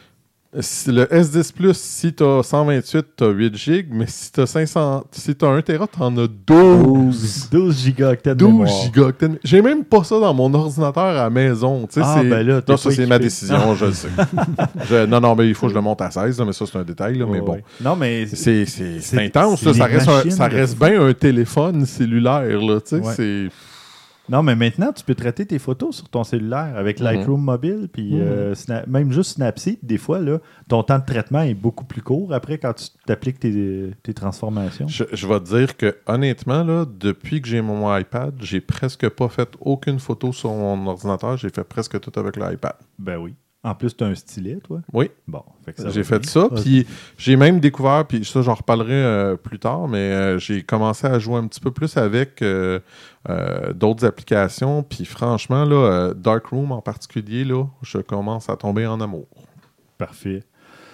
Si le S dix Plus, si tu as cent vingt-huit, tu as huit gigs. Mais si tu as cinq cents, si tu as un téra, tu en as douze. douze gigaoctets de douze mémoire. gigaoctets. de- J'ai même pas ça dans mon ordinateur à la maison. Tu sais, Ah, c'est- ben là, t'es non, ça, pas c'est ma équipé. décision, je le sais. Je- non, non, mais il faut que je le monte à seize, là, mais ça, c'est un détail. Là, mais Ouais, bon, ouais. Non, mais c'est c'est- c'est c'est- intense. c'est là. Ça les reste, un- machines ça de- reste bien un téléphone cellulaire. Là, tu sais, Ouais. c'est- Non, mais maintenant, tu peux traiter tes photos sur ton cellulaire avec Mhm. Lightroom mobile, puis Mhm. euh, Sna- même juste Snapseed, des fois, là, ton temps de traitement est beaucoup plus court après quand tu t'appliques tes, tes transformations. je, je vais te dire que, honnêtement, là, depuis que j'ai mon iPad, j'ai presque pas fait aucune photo sur mon ordinateur. J'ai fait presque tout avec l'iPad. Ben oui. En plus, tu as un stylet, toi. Oui. Bon, fait que ça J'ai va fait bien. ça, Ah, puis j'ai même découvert, puis ça j'en reparlerai euh, plus tard, mais euh, j'ai commencé à jouer un petit peu plus avec euh, euh, d'autres applications, puis franchement, là, euh, Darkroom en particulier, là, je commence à tomber en amour. Parfait.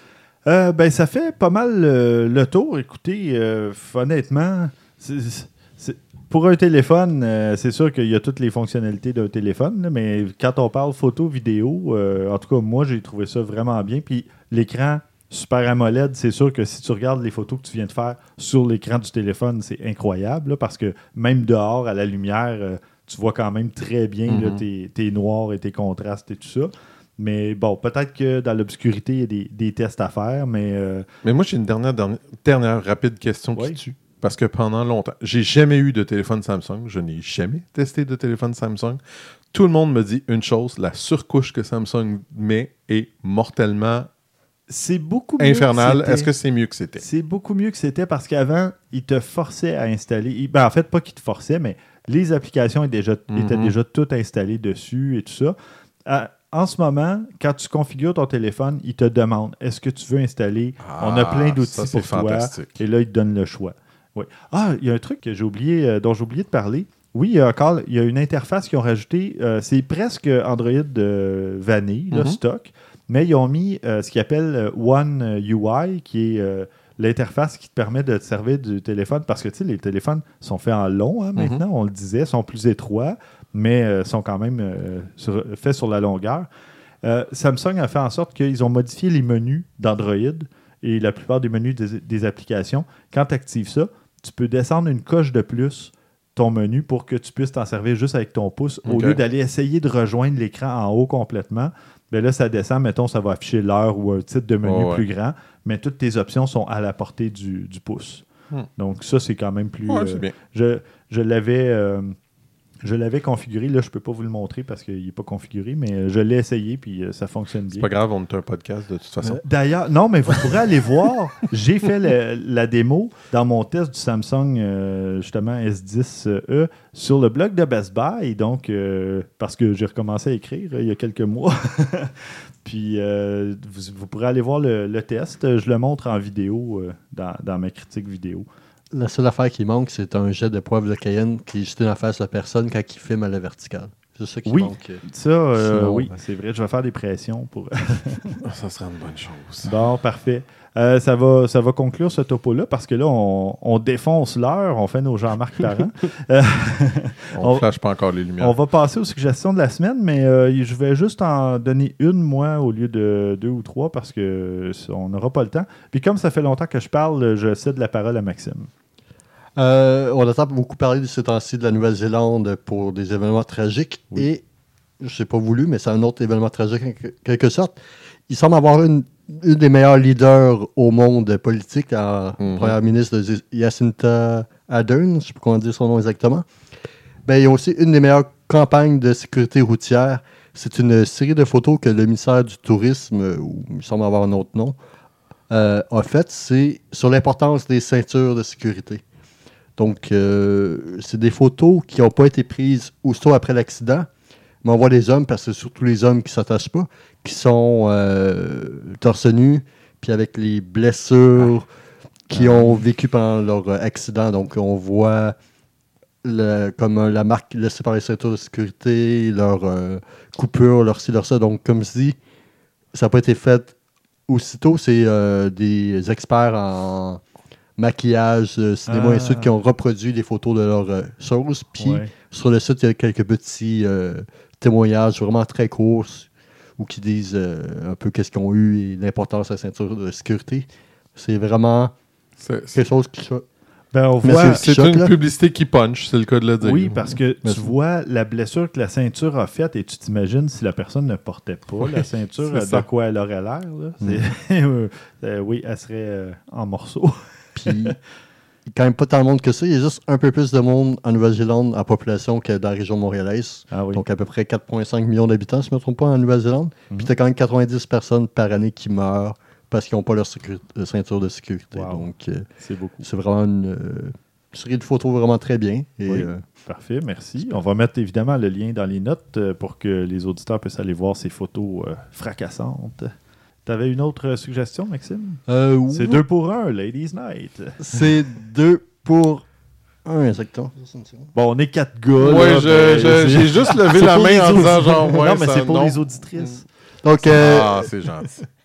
Euh, ben, ça fait pas mal euh, le tour. Écoutez, euh, honnêtement, c'est- c'est, pour un téléphone, euh, c'est sûr qu'il y a toutes les fonctionnalités d'un téléphone, là, mais quand on parle photo, vidéo, euh, en tout cas, moi, j'ai trouvé ça vraiment bien. Puis l'écran Super AMOLED, c'est sûr que si tu regardes les photos que tu viens de faire sur l'écran du téléphone, c'est incroyable, là, parce que même dehors, à la lumière, euh, tu vois quand même très bien Mm-hmm. là, tes, tes noirs et tes contrastes et tout ça. Mais bon, peut-être que dans l'obscurité, il y a des, des tests à faire, mais... euh, Mais moi, j'ai une dernière, dernière, dernière rapide question Oui. qui tue. Parce que pendant longtemps, j'ai jamais eu de téléphone Samsung. Je n'ai jamais testé de téléphone Samsung. Tout le monde me dit une chose, la surcouche que Samsung met est mortellement c'est beaucoup mieux infernale. que c'était. Est-ce que c'est mieux que c'était? C'est beaucoup mieux que c'était parce qu'avant, ils te forçaient à installer. ils- Ben, en fait, pas qu'ils te forçaient, mais les applications étaient déjà, Mhm. étaient déjà toutes installées dessus et tout ça. À- en ce moment, quand tu configures ton téléphone, ils te demandent est-ce que tu veux installer. On a plein d'outils Ah, ça, c'est pour toi. fantastique. Et là, ils te donnent le choix. Oui. Ah, il y a un truc que j'ai oublié, euh, dont j'ai oublié de parler. Oui, il y a encore il y a une interface qu'ils ont rajoutée. Euh, c'est presque Android euh, vanille, là, Mhm. stock. Mais ils ont mis euh, ce qu'ils appellent euh, One U I, qui est euh, l'interface qui te permet de te servir du téléphone. Parce que tu sais, les téléphones sont faits en long hein, maintenant, on le disait, sont plus étroits, mais euh, sont quand même euh, sur- faits sur la longueur. Euh, Samsung a fait en sorte qu'ils ont modifié les menus d'Android et la plupart des menus des, des applications. Quand tu actives ça, tu peux descendre une coche de plus ton menu pour que tu puisses t'en servir juste avec ton pouce au Ok. lieu d'aller essayer de rejoindre l'écran en haut complètement. Ben là, ça descend, mettons, ça va afficher l'heure ou un titre de menu Oh, ouais. plus grand, mais toutes tes options sont à la portée du, du pouce. Hmm. Donc ça, c'est quand même plus... Ouais, euh, c'est bien. je, je l'avais... euh, je l'avais configuré. Là, je peux pas vous le montrer parce qu'il n'est pas configuré, mais euh, je l'ai essayé puis euh, ça fonctionne bien. C'est pas grave, on est un podcast de toute façon. Euh, D'ailleurs, non, mais vous pourrez aller voir. J'ai fait le- la démo dans mon test du Samsung, euh, justement, S dix E, sur le blog de Best Buy. Donc, euh, parce que j'ai recommencé à écrire euh, il y a quelques mois. Puis, euh, vous, vous pourrez aller voir le, le test. Je le montre en vidéo euh, dans, dans ma critique vidéo. La seule affaire qui manque, c'est un jet de poivre de Cayenne qui est jeté en face de la personne quand il filme à la verticale. C'est ça qui Oui. manque. Ça, euh, Sinon, oui, ben- c'est vrai. Je vais faire des pressions pour... Ça serait une bonne chose. Bon, parfait. Euh, ça, va, ça va conclure ce topo-là parce que là, on, on défonce l'heure, on fait nos Jean-Marc Parent. Euh, On On- ne flash pas encore les lumières. on va passer aux suggestions de la semaine, mais euh, je vais juste en donner une, moi, au lieu de deux ou trois parce que on n'aura pas le temps. Puis comme ça fait longtemps que je parle, je cède la parole à Maxime. Euh, on entend beaucoup parler de ces temps-ci de la Nouvelle-Zélande pour des événements tragiques. Oui. Et, je sais pas voulu, mais c'est un autre événement tragique en que- quelque sorte. Il semble avoir une, une des meilleures leaders au monde politique, la Mhm. première ministre de Jacinta Ardern, je sais pas comment dire son nom exactement. Ben, ils ont aussi une des meilleures campagnes de sécurité routière. C'est une série de photos que le ministère du Tourisme, euh, ou il semble avoir un autre nom, euh, a fait. C'est sur l'importance des ceintures de sécurité. Donc, euh, c'est des photos qui n'ont pas été prises aussitôt après l'accident, mais on voit les hommes, parce que c'est surtout les hommes qui ne s'attachent pas, qui sont euh, torse nu, puis avec les blessures qu'ils ont vécues pendant leur euh, accident. Donc, on voit le- comme euh, la marque laissée par les ceintures de sécurité, leur euh, coupure, leur ci, leur ça. Donc, comme je dis, ça n'a pas été fait aussitôt. C'est euh, des experts en maquillage, euh, cinéma, Ah. et ainsi de suite, qui ont reproduit les photos de leurs euh, choses. Puis, Ouais. sur le site, il y a quelques petits euh, témoignages vraiment très courts ou qui disent euh, un peu qu'est-ce qu'ils ont eu et l'importance de la ceinture de sécurité. C'est vraiment C'est c'est- quelque chose qui... cho- Ben, on Mais voit... c'est choc, une là. publicité qui punch, c'est le cas de le dire. Oui, parce que Merci. tu vois la blessure que la ceinture a faite et tu t'imagines si la personne ne portait pas Oui, la ceinture, c'est de ça. quoi elle aurait l'air. là. C'est- Euh, oui, elle serait euh, en morceaux. Puis, il y a quand même pas tant de monde que ça. Il y a juste un peu plus de monde en Nouvelle-Zélande en population que dans la région montréalaise. Ah oui. Donc, à peu près quatre virgule cinq millions d'habitants, si je ne me trompe pas, en Nouvelle-Zélande. Mhm. Puis, tu as quand même quatre-vingt-dix personnes par année qui meurent parce qu'ils n'ont pas leur sécuri- euh, ceinture de sécurité. Wow. Donc, euh, C'est beaucoup. c'est vraiment une euh, série de photos vraiment très bien. Et, Oui. euh, Parfait, merci. On va mettre évidemment le lien dans les notes euh, pour que les auditeurs puissent aller voir ces photos euh, fracassantes. Tu avais une autre euh, suggestion, Maxime? euh, C'est oui. deux pour un, Ladies Night. C'est deux pour un, exactement. Bon, on est quatre gars. Ouais, là, je- ben, je- c'est- j'ai juste levé c'est la pour main les en disant auditeurs. genre, ouais, non, mais ça, c'est pour non. les auditrices. Donc, euh, Ah, c'est gentil.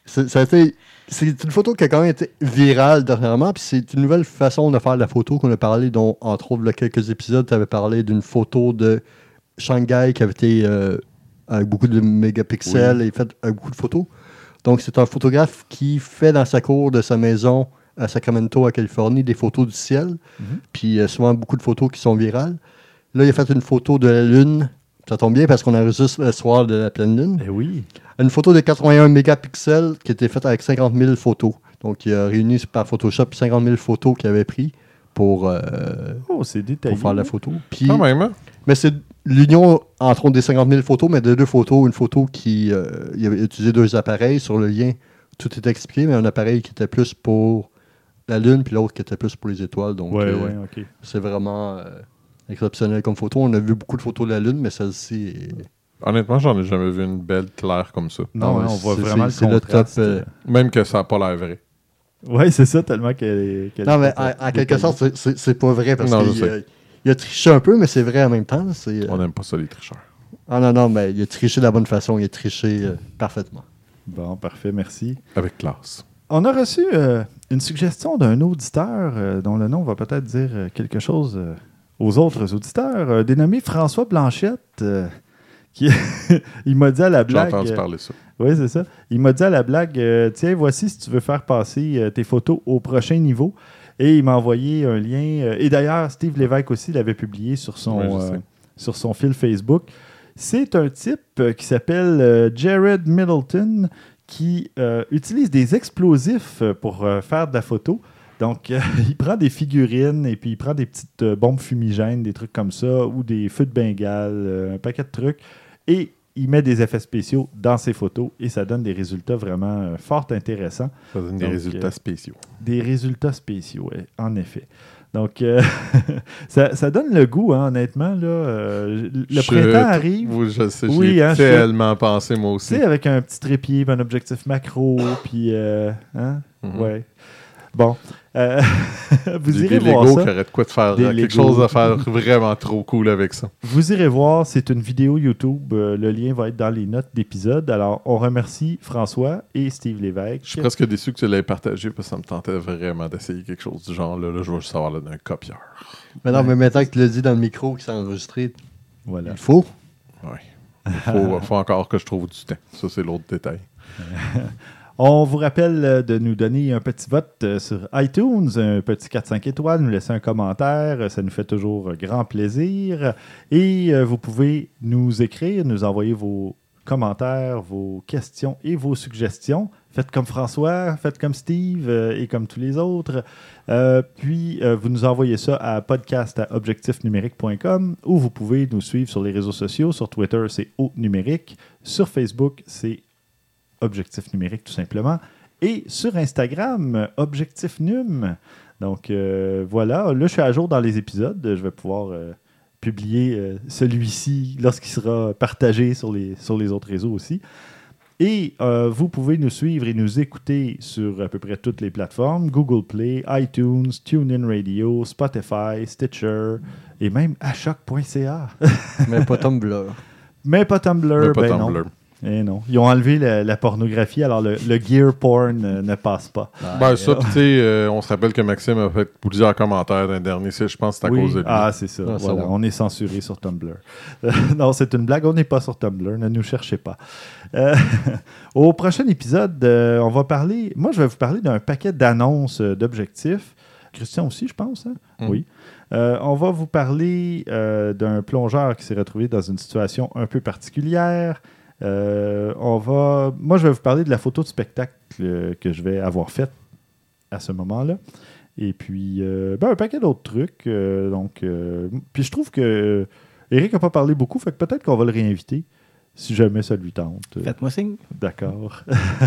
c'est, ça a été, c'est une photo qui a quand même été virale dernièrement, puis c'est une nouvelle façon de faire la photo qu'on a parlé, dont, entre autres, il y a quelques épisodes, tu avais parlé d'une photo de Shanghai qui avait été euh, avec beaucoup de mégapixels oui. et fait avec beaucoup de photos. Donc, c'est un photographe qui fait dans sa cour de sa maison à Sacramento, à Californie, des photos du ciel, mm-hmm. puis euh, souvent beaucoup de photos qui sont virales. Là, il a fait une photo de la Lune. Ça tombe bien parce qu'on enregistre le soir de la pleine Lune. Eh oui. Une photo de quatre-vingt-un mégapixels qui était faite avec cinquante mille photos. Donc, il a réuni par Photoshop cinquante mille photos qu'il avait pris pour, euh, oh, c'est détaillé, pour faire la photo. Puis, quand même, hein? Mais c'est l'union entre autres des cinquante mille photos, mais de deux photos. Une photo qui... Euh, il avait utilisé deux appareils. Sur le lien, tout était expliqué, mais un appareil qui était plus pour la Lune, puis l'autre qui était plus pour les étoiles. Donc, ouais, euh, ouais, OK. C'est vraiment... Euh, exceptionnel comme photo. On a vu beaucoup de photos de la Lune, mais celle-ci est... Honnêtement, j'en ai jamais vu une belle claire comme ça. Non, non on voit c'est, vraiment c'est, le contraste. C'est le top, euh... Même que ça n'a pas l'air vrai. Oui, c'est ça, tellement qu'elle, qu'elle non, mais en, en quelque sorte, c'est, c'est, c'est pas vrai, parce non, qu'il a, il a triché un peu, mais c'est vrai en même temps. C'est, on n'aime pas ça, les tricheurs. Ah non, non, mais il a triché de la bonne façon. Il a triché euh, parfaitement. Bon, parfait, merci. Avec classe. On a reçu euh, une suggestion d'un auditeur euh, dont le nom va peut-être dire euh, quelque chose... Euh, aux autres auditeurs, euh, dénommé François Blanchette, euh, qui il m'a dit à la blague... J'ai entendu parler de ça. Euh, oui, c'est ça. Il m'a dit à la blague, euh, tiens, voici si tu veux faire passer euh, tes photos au prochain niveau. Et il m'a envoyé un lien. Euh, et d'ailleurs, Steve Lévesque aussi l'avait publié sur son, oui, euh, sur son fil Facebook. C'est un type euh, qui s'appelle euh, Jared Middleton qui euh, utilise des explosifs pour euh, faire de la photo. Donc, euh, il prend des figurines et puis il prend des petites euh, bombes fumigènes, des trucs comme ça, ou des feux de Bengale, euh, un paquet de trucs, et il met des effets spéciaux dans ses photos et ça donne des résultats vraiment euh, fort intéressants. Ça donne Donc, des résultats euh, spéciaux. Des résultats spéciaux, ouais, en effet. Donc, euh, ça, ça donne le goût, hein, honnêtement. Là, euh, le je, printemps arrive. Oui, je sais, oui, j'y ai hein, tellement je, pensé, moi aussi. Tu sais, avec un petit trépied, un objectif macro, puis... Euh, hein, mm-hmm. Ouais. Bon, euh, vous des, irez des voir Lego ça. Qui aurait de quoi de faire des quelque Lego. chose à faire vraiment trop cool avec ça. Vous irez voir, c'est une vidéo YouTube. Euh, le lien va être dans les notes d'épisode. Alors, on remercie François et Steve Lévesque. Je suis presque déçu que tu l'aies partagé parce que ça me tentait vraiment d'essayer quelque chose du genre. Là, là je veux juste savoir là, d'un copieur. Mais non, ouais. mais maintenant que tu l'as dit dans le micro qui s'est enregistré, voilà. il faut. Oui. Il faut, faut encore que je trouve du temps. Ça, c'est l'autre détail. On vous rappelle de nous donner un petit vote sur iTunes, un petit quatre cinq étoiles, nous laisser un commentaire, ça nous fait toujours grand plaisir. Et vous pouvez nous écrire, nous envoyer vos commentaires, vos questions et vos suggestions. Faites comme François, faites comme Steve et comme tous les autres. Euh, puis, euh, vous nous envoyez ça à podcast à objectif numérique point com ou vous pouvez nous suivre sur les réseaux sociaux. Sur Twitter, c'est O Numérique. Sur Facebook, c'est Objectif Numérique, tout simplement. Et sur Instagram, Objectif Num. Donc, euh, voilà. Là, je suis à jour dans les épisodes. Je vais pouvoir euh, publier euh, celui-ci lorsqu'il sera partagé sur les, sur les autres réseaux aussi. Et euh, vous pouvez nous suivre et nous écouter sur à peu près toutes les plateformes. Google Play, iTunes, TuneIn Radio, Spotify, Stitcher et même achoc point c a. Mais pas Tumblr. Mais pas Tumblr, Mais pas ben Tumblr. non. Eh non. Ils ont enlevé la, la pornographie, alors le, le gear porn euh, ne passe pas. Ben, ça, tu sais, euh, on se rappelle que Maxime a fait plusieurs commentaires d'un dernier, je pense que c'est à oui. cause de lui. Ah, c'est ça. Ah, voilà. ça On est censuré sur Tumblr. Euh, non, c'est une blague. On n'est pas sur Tumblr. Ne nous cherchez pas. Euh, au prochain épisode, euh, on va parler... Moi, je vais vous parler d'un paquet d'annonces euh, d'objectifs. Christian aussi, je pense. Hein? Mm. Oui. Euh, on va vous parler euh, d'un plongeur qui s'est retrouvé dans une situation un peu particulière. Euh, on va... Moi, je vais vous parler de la photo de spectacle euh, que je vais avoir faite à ce moment-là. Et puis, euh, ben, un paquet d'autres trucs. Euh, donc, euh, puis je trouve que euh, Éric n'a pas parlé beaucoup, fait que peut-être qu'on va le réinviter si jamais ça lui tente. Faites-moi signe. D'accord.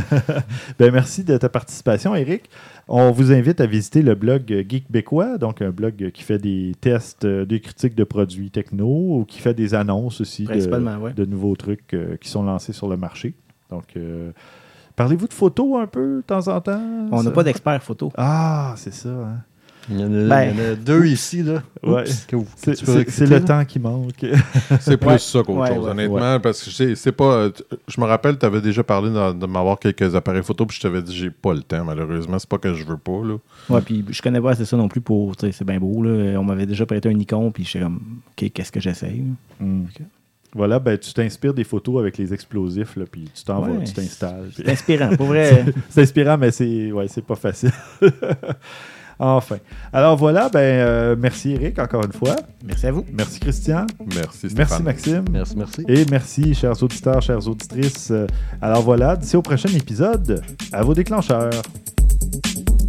Ben, merci de ta participation, Éric. On vous invite à visiter le blog Geekbécois, donc un blog qui fait des tests, euh, des critiques de produits techno ou qui fait des annonces aussi Principalement, de, ouais. de nouveaux trucs euh, qui sont lancés sur le marché. Donc, euh, parlez-vous de photos un peu de temps en temps? On n'a pas d'expert photo. Ah, c'est ça. Hein? Il y en a, Ben, il y en a deux ici, là. Ouais. Oups, que vous- que C'est tu peux c'est- recruter, c'est le là. temps qui manque. C'est plus Ouais. ça qu'autre Ouais, chose, ouais, honnêtement, parce que c'est c'est pas... euh, t- Je me rappelle, tu avais déjà parlé de, de m'avoir quelques appareils photo, puis je t'avais dit, j'ai pas le temps, malheureusement. C'est pas que je veux pas, là. Ouais, puis je connais pas assez ça non plus pour. Tu sais, c'est bien beau, là. On m'avait déjà prêté un Nikon, puis j'étais comme, OK, qu'est-ce que j'essaye? Mm. Ok. Voilà, ben tu t'inspires des photos avec les explosifs, là, puis tu t'en vas, Ouais, tu t'installes. puis- C'est inspirant, pour vrai. C'est inspirant, mais c'est ouais, c'est pas facile. Enfin. Alors voilà, ben euh, merci Eric encore une fois. Merci à vous. Merci Christian. Merci, Stéphane. Merci Maxime. Merci, merci. Et merci, chers auditeurs, chères auditrices. Euh, Alors voilà, d'ici au prochain épisode, à vos déclencheurs.